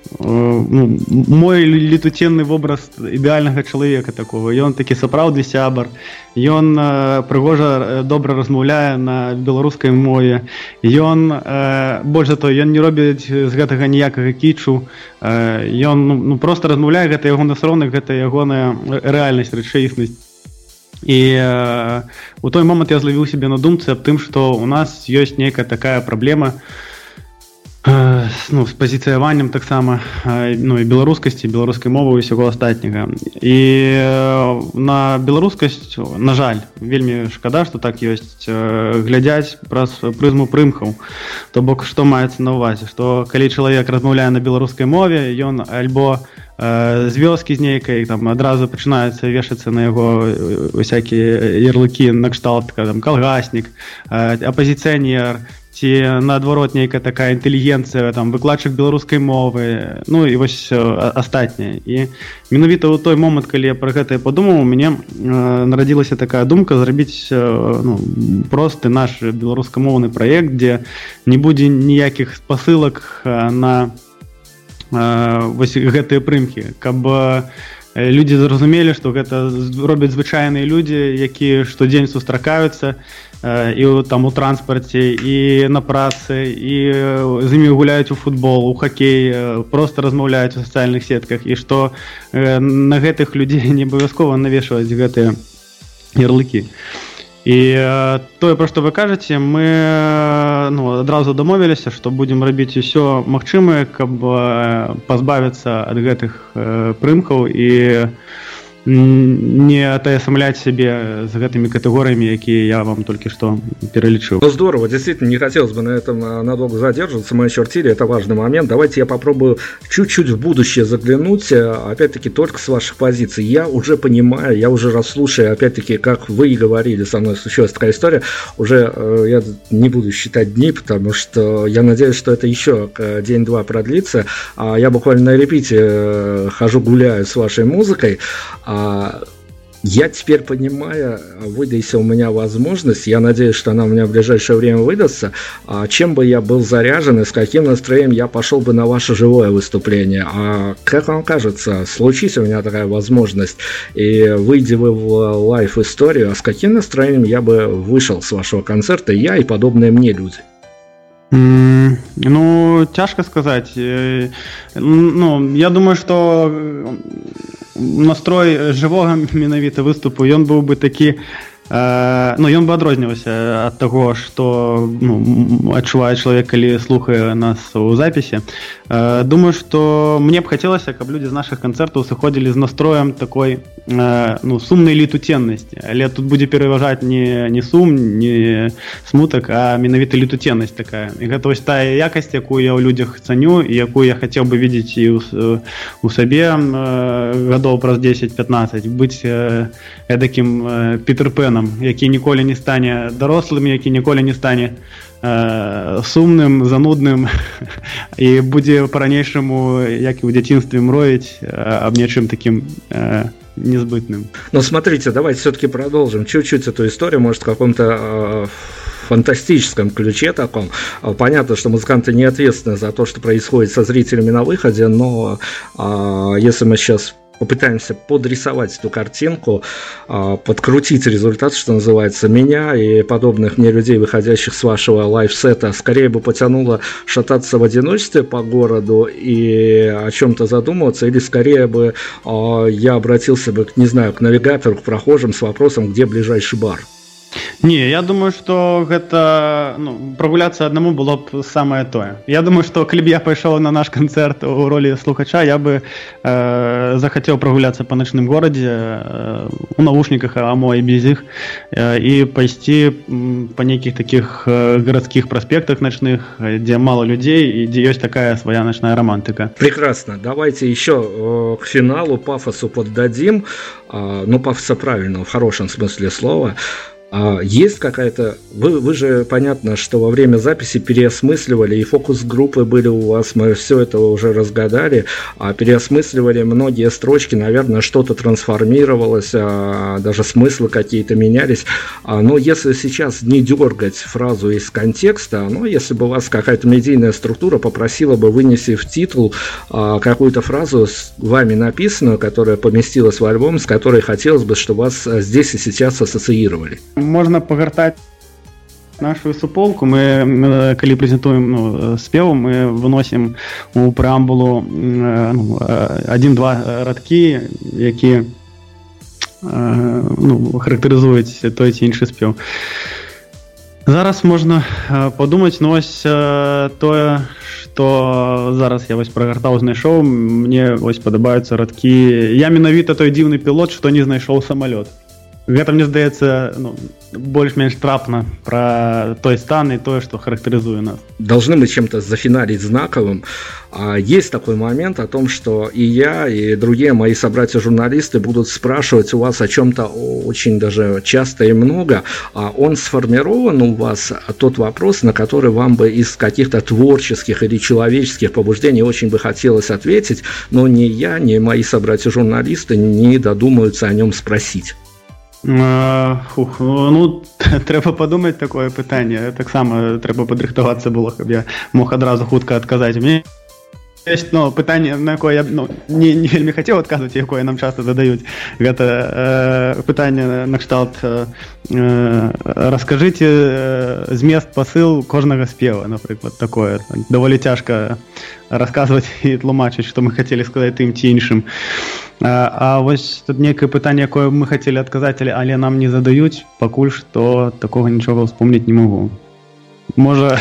ну, мой летутенны вобраз ідэальнага чалавека такого. Ён такі сапраўдны сябар. Ён э, прыгожа добра размаўляе на беларускай мове. Ён э, больш за то, ён не робіць з гэтага ніякага кічу. Э, ён ну, ну, проста размаўляе, гэта яго насронак, гэта ягоная рэальнасць, рэчаіснасць. І э, у той момант я злавіў сябе на думцы аб тым, што у нас ёсць нейкая такая праблема э, ну, з пазіцыяваннем таксама э, ну, і беларускасці, беларускай мовы і ўсяго астатняга. І э, на беларускасць, на жаль, вельмі шкада, што так ёсць, э, глядзяць праз прызму прымкаў. То бок, што маецца на ўвазе? Што калі чалавек размаўляе на беларускай мове, ён альбо з вёскі з нейкай, там адразу пачынаюцца вешацца на яго усякія ярлыкі на кшталт, там, калгаснік, апазіцыянер, ці наадварот нейкая такая інтэлігенцыя, там, выкладчык беларускай мовы, ну і вось астатняе. І менавіта ў той момант, калі я пра гэта падумаў, у мяне нарадзілася такая думка зрабіць ну, просты наш беларускамоўны праект, дзе не будзе ніякіх спасылак на вось гэтыя прымкі, каб людзі зразумелі, што гэта робяць звычайныя людзі, якія штодзень сустракаюцца і там у транспарце, і на працы, і з імі гуляюць у футбол, у хакей, проста размаўляюць у сацыяльных сетках, і што на гэтых людзей не абавязкова навешваць гэтыя ярлыкі. І тое, пра што вы кажаце, мы ну, адразу дамовіліся, што будзем рабіць усё магчымае, каб пазбавіцца ад гэтых прымкаў і не атаясамляць сябе з гэтымі катэгорыямі, якія я вам только что перелечил. Ну здорово, действительно, не хотелось бы на этом надолго задерживаться, мы очертили, это важный момент. Давайте я попробую чуть-чуть в будущее заглянуть, опять-таки только с ваших позиций. Я уже понимаю, я уже расслушаю, опять-таки, как вы и говорили, со мной случилась такая история, уже э, я не буду считать дни, потому что я надеюсь, что это еще день-два продлится. А я буквально на репите э, хожу, гуляю с вашей музыкой. А я теперь понимаю, выдастся у меня возможность, я надеюсь, что она у меня в ближайшее время выдастся, а чем бы я был заряжен и с каким настроением я пошел бы на ваше живое выступление. А как вам кажется, случись у меня такая возможность, и выйди вы в лайв-историю, а с каким настроением я бы вышел с вашего концерта, я и подобные мне люди? Mm, ну, цяжка сказаць. Ну, я думаю, што настрой жывога менавіта выступу, ён быў бы такі, э, ну, ён бы адрозніваўся ад таго, што ну, адчувае чалавек, калі слухае нас у запісе. Э, думаю, што мне б хацелася, каб людзі з нашых канцэртаў сыходзілі з настроем такой э, ну, сумнай летутеннасці. Але тут будзе пераважаць не, не сум, не смутак, а менавіта летутеннасць такая. І гэта вось тая якасць, якую я ў людзях цаню і якую я хацеў бы видець і ў, у сабе э, гадоў праз дзесяць-пятнаццаць, быць э, эдакім э, Пітер Пэнам, які ніколі не стане дарослым, які ніколі не стане э, сумным, занудным і будзе по-ранейшаму, як і ў дзяцінстве, мроіць э, аб нечым такім э, несбытным. Но смотрите, давайте все-таки продолжим чуть-чуть эту историю, может, в каком-то э, фантастическом ключе таком. Понятно, что музыканты не ответственны за то, что происходит со зрителями на выходе, но э, если мы сейчас попытаемся подрисовать эту картинку, подкрутить результат, что называется, меня и подобных мне людей, выходящих с вашего лайв-сета, скорее бы потянуло шататься в одиночестве по городу и о чем-то задумываться, или скорее бы я обратился бы, не знаю, к навигатору, к прохожим с вопросом, где ближайший бар. Не, я думаю, што гэта ну, прагуляцца аднаму было б самае тое. Я думаю, што калі б я пайшоў на наш канцэрт у ролі слухача, я бы э, захацеў прагуляцца па начным горадзе э, у навушніках, а мо і без іх, э, і пайсці па нейкіх такіх э, гарадскіх праспектах начных, дзе мало людзей і дзе ёсць такая свая начная романтика. Прекрасно. Давайте еще э, к финалу пафосу поддадим, э, ну пафоса правильного, в хорошем смысле слова. А есть какая-то... Вы, вы же, понятно, что во время записи переосмысливали, и фокус-группы были у вас, мы все это уже разгадали, а переосмысливали многие строчки, наверное, что-то трансформировалось, а даже смыслы какие-то менялись. А, но если сейчас не дергать фразу из контекста, ну, если бы у вас какая-то медийная структура попросила бы вынести в титул а, какую-то фразу с вами написанную, которая поместилась в альбом, с которой хотелось бы, чтобы вас здесь и сейчас ассоциировали. Можна пагартаць нашу суполку. Мы, калі прэзентуем ну, спеву, мы выносім у прэамбулу ну, адзін-два радкі, якія ну, характарызуюць той ці іншы спеў. Зараз можна падумаць, ну ось тое, што зараз я вось прагартаў, знайшоў, мне вось падабаюцца радкі. Я менавіта той дзіўны пілот, што не знайшоў самалёт. Гэта, мне здаецца, ну, больш-менш трапна про той стан и то, что характеризует нас. Должны мы чем-то зафиналить знаковым. Есть такой момент о том, что и я, и другие мои собратья-журналисты будут спрашивать у вас о чем-то очень даже часто и много, а он сформирован у вас, тот вопрос, на который вам бы из каких-то творческих или человеческих побуждений очень бы хотелось ответить, но ни я, ни мои собратья-журналисты не додумаются о нем спросить. Фух, ну, треба подумати такое питання. Так само треба подрихтуватися було, щоб я мог одразу хутко відказати. Мені є ну, питання, на яке я ну, не, не вельми хотів відказувати, яке нам часто задають. Це е, питання на кшталт е, розкажіть е, зміст, посил кожного спєва, наприклад, таке. Доволі тяжко розказувати і тлумачити, що ми хотіли сказати тим чи іншим. А, а ось тут некое питання, яке ми хотіли відказати, але нам не задають, покуль що такого нічого вспомнити не можу. Може,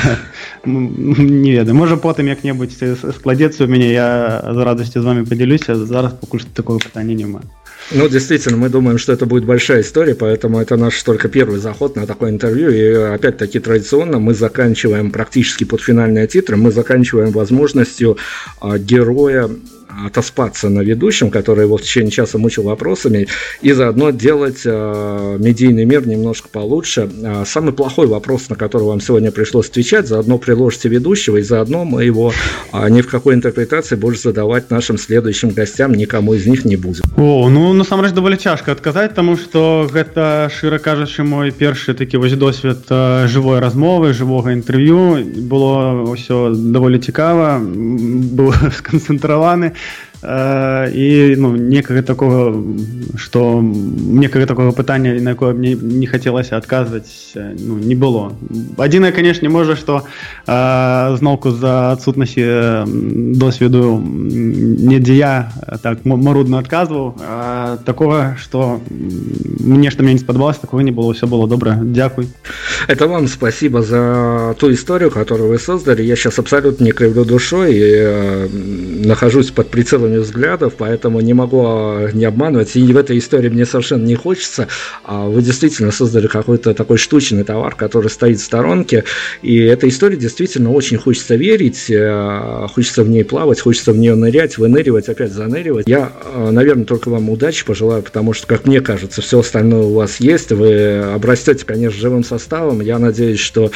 не ведаю, може потім як-небудь складеться у мене, я з радістю з вами поділюся, зараз покуль що такого питання немає. Ну, действительно, мы думаем, что это будет большая история, поэтому это наш только первый заход на такое интервью, и опять-таки традиционно мы заканчиваем практически под финальные титры, мы заканчиваем возможностью героя отоспаться на ведущем, который его в течение часа мучил вопросами, и заодно делать э, медийный мир немножко получше. А самый плохой вопрос, на который вам сегодня пришлось отвечать, заодно приложите ведущего, и заодно мы его а, ни в какой интерпретации больше задавать нашим следующим гостям, никому из них не будем. О, ну, насамрэч, даволі цяжка адказаць, таму што гэта, шчыра кажучы, мой першы такі вось досвед э, жывой размовы, жывога інтэрв'ю. Было ўсё даволі цікава, быў сканцэнтраваны. Uh, і ну, некага такого, што некага такого пытання, на якое мне не хацелася адказваць, ну, не было. Адзінае, канешне, можа, што uh, зноўку з-за адсутнасці досведу недзе я так марудна адказваў. Uh, такого, што мне што мне не спадабалася, такого не было, ўсё было добра. Дзякуй. Это вам спасибо за ту историю, которую вы создали. Я сейчас абсолютно не кривлю душой и э, нахожусь под прицелом взглядов, поэтому не могу не обманывать, и в этой истории мне совершенно не хочется. Вы действительно создали какой-то такой штучный товар, который стоит в сторонке, и этой истории действительно очень хочется верить, хочется в ней плавать, хочется в нее нырять, выныривать, опять заныривать. Я, наверное, только вам удачи пожелаю, потому что, как мне кажется, все остальное у вас есть, вы обрастете, конечно, живым составом. Я надеюсь, что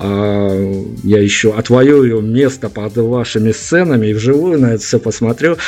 э, я еще отвоюю место под вашими сценами и вживую на это все посмотрю.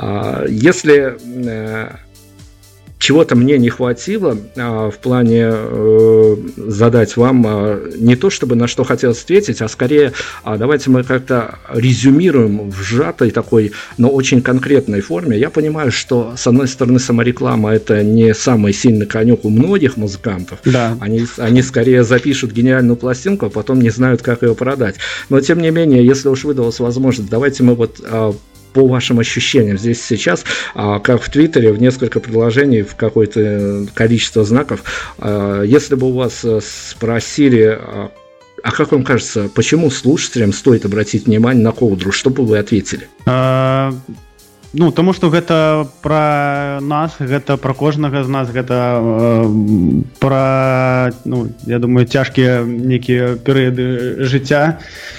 Если э, чего-то мне не хватило э, в плане э, задать вам э, не то, чтобы на что хотелось ответить, а скорее э, давайте мы как-то резюмируем в сжатой такой, но очень конкретной форме. Я понимаю, что с одной стороны самореклама — это не самый сильный конек у многих музыкантов. Да. Они, они скорее запишут гениальную пластинку, а потом не знают, как ее продать. Но тем не менее, если уж выдалась возможность, давайте мы вот э, по вашим ощущениям здесь сейчас, как в Твиттере, в несколько предложений, в какое-то количество знаков, если бы у вас спросили, а как вам кажется, почему слушателям стоит обратить внимание на Коўдру, что бы вы ответили? А... Ну, тому што гэта пра нас, гэта пра кожнага з нас, гэта э, пра, ну, я думаю, цяжкія некія перыяды жыцця.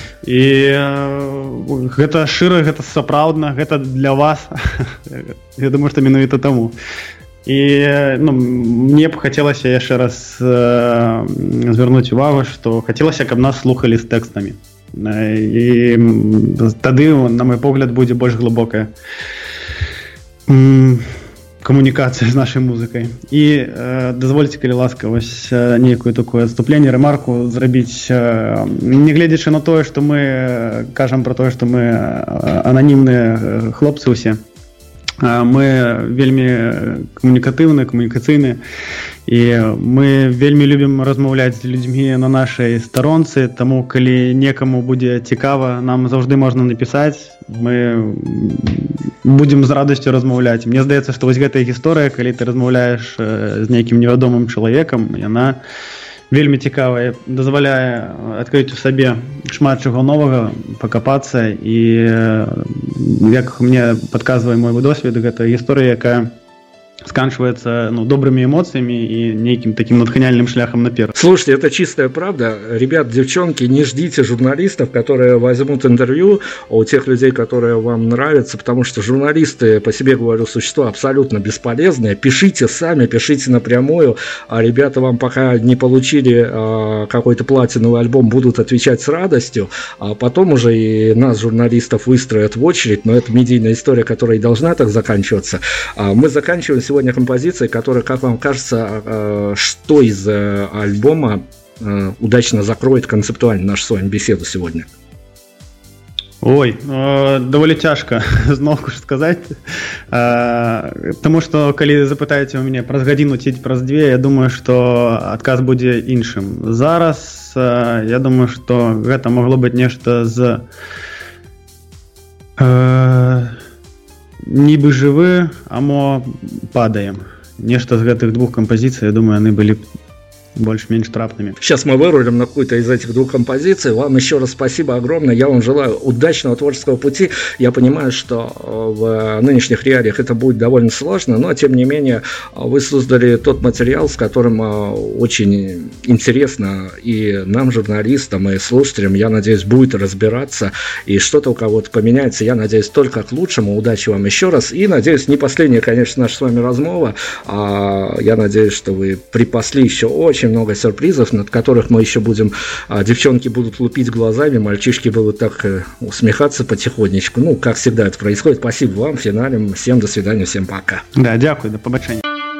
І э, гэта шчыра, гэта сапраўдна, гэта для вас. Я думаю, што менавіта таму. І ну, мне б хацелася яшчэ раз э, звярнуць увагу, што хацелася, каб нас слухалі з тэкстамі. І тады, на мой погляд, будзе больш глыбокая камунікацыя з нашай музыкай. І э, дазвольце, калі ласка, вось нейкую такое адступленне, рэмарку зрабіць, э, не гледзячы на тое, што мы кажам пра тое, што мы ананімныя хлопцы ўсе. Мы вельмі камунікатыўныя, камунікацыйныя, і мы вельмі любім размаўляць з людзьмі на нашай старонцы, таму калі некаму будзе цікава, нам заўжды можна напісаць, мы будзем з радасцю размаўляць. Мне здаецца, што вось гэтая гісторыя, калі ты размаўляеш з нейкім невядомым чалавекам, яна вельмі цікавая, дазваляе адкрыць у сабе шмат чаго новага, пакапацца, і як мне падказвае мой досвед, гэта гісторыя, якая сканчивается ну, добрыми эмоциями и неким таким натхняльным шляхом наперед. Слушайте, это чистая правда. Ребят, девчонки, не ждите журналистов, которые возьмут интервью у тех людей, которые вам нравятся, потому что журналисты, по себе говорю, существа абсолютно бесполезные. Пишите сами, пишите напрямую, а ребята вам пока не получили а, какой-то платиновый альбом, будут отвечать с радостью, а потом уже и нас, журналистов, выстроят в очередь, но это медийная история, которая и должна так заканчиваться. А мы заканчиваем сегодня композицией, которая, как вам кажется, что из альбома удачно закроет концептуально нашу с вами беседу сегодня? Ой, э, даволі цяжка зноўку ж сказаць, э, таму што калі запытаеце ў мяне праз гадзіну ці праз дзве, я думаю, што адказ будзе іншым. Зараз э, я думаю, што гэта магло быць нешта з э, нібы жывы, а мо падаем. Нешта з гэтых двух кампазіцый, я думаю, яны былі больше-меньше трапными. Сейчас мы вырулим на какую-то из этих двух композиций. Вам еще раз спасибо огромное. Я вам желаю удачного творческого пути. Я понимаю, что в нынешних реалиях это будет довольно сложно, но тем не менее вы создали тот материал, с которым очень интересно и нам, журналистам, и слушателям, я надеюсь, будет разбираться, и что-то у кого-то поменяется. Я надеюсь, только к лучшему. Удачи вам еще раз. И надеюсь, не последняя, конечно, наша с вами размова. Я надеюсь, что вы припасли еще очень много сюрпризов, над которых мы еще будем, а, девчонки будут лупить глазами, мальчишки будут так э, усмехаться потихонечку. Ну, как всегда это происходит. Спасибо вам, финалем. Всем до свидания, всем пока. Да, дякую, до побачення.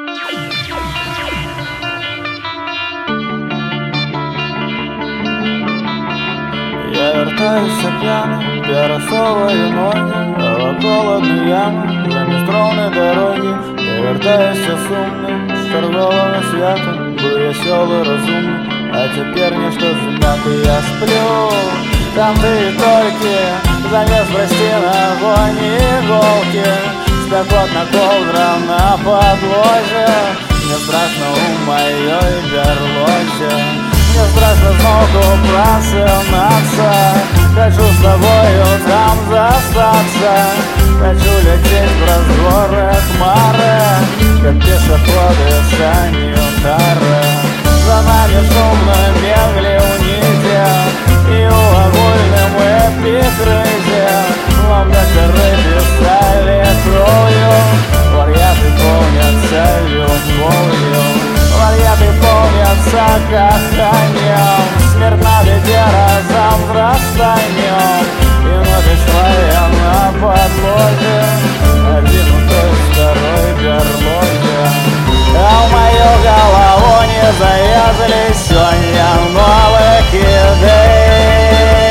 Я вертаюся п'яний, пересовую ноги, навколо одну яму, замість ровної дороги. Я вертаюся сумним, з торгового свята, был веселый, разумный, а теперь ничто замято. Я сплю, там ты только, замес прости на огонь и иголки, спекотно ковдра на подложе. Мне страшно у моей берлоге, мне страшно снова просыпаться. Хочу с тобою там застаться, хочу лететь в разгоры хмары, как пешеходы санитары. За нами шумно бегли у нити и у огульным эпикрызе. Ломбекеры писали кровью, варьяты полнятся любовью, варьяты полнятся каханием. Смерть на беде разом врастанем, и ночь твоя на подложе, один у той, второй берлоге. А в мою голову не завязали сегодня новых идей,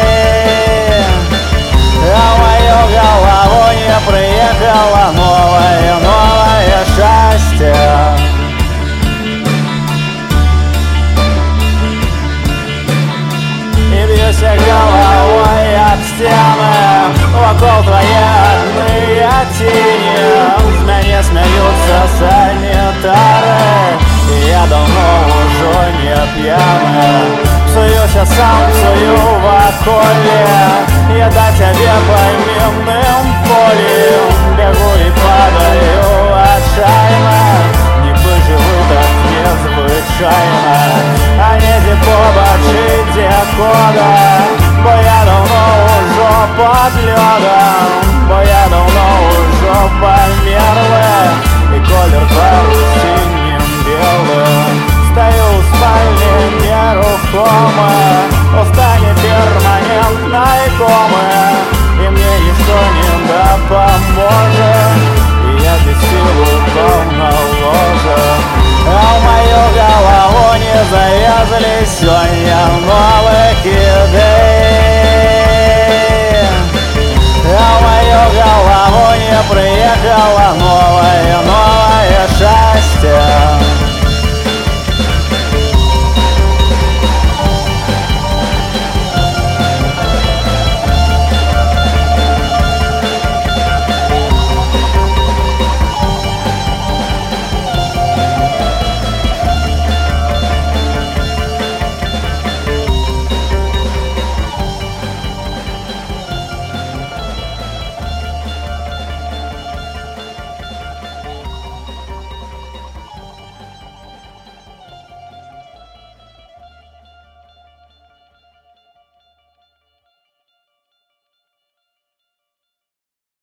а в мою голову не приехало новое, новое счастье. Бьюся головой об стены, вокруг твои одные тени. В меня смеются санитары, и я давно уже не пьяный. Псуюсь я сам, псую в околе, я до тебя по минным полям бегу и падаю отчаянно. Не выживу так незвычайно, а не де побачить де кода, бо я давно уже под льодом, бо я давно уже померла, и колер парус приехала новая.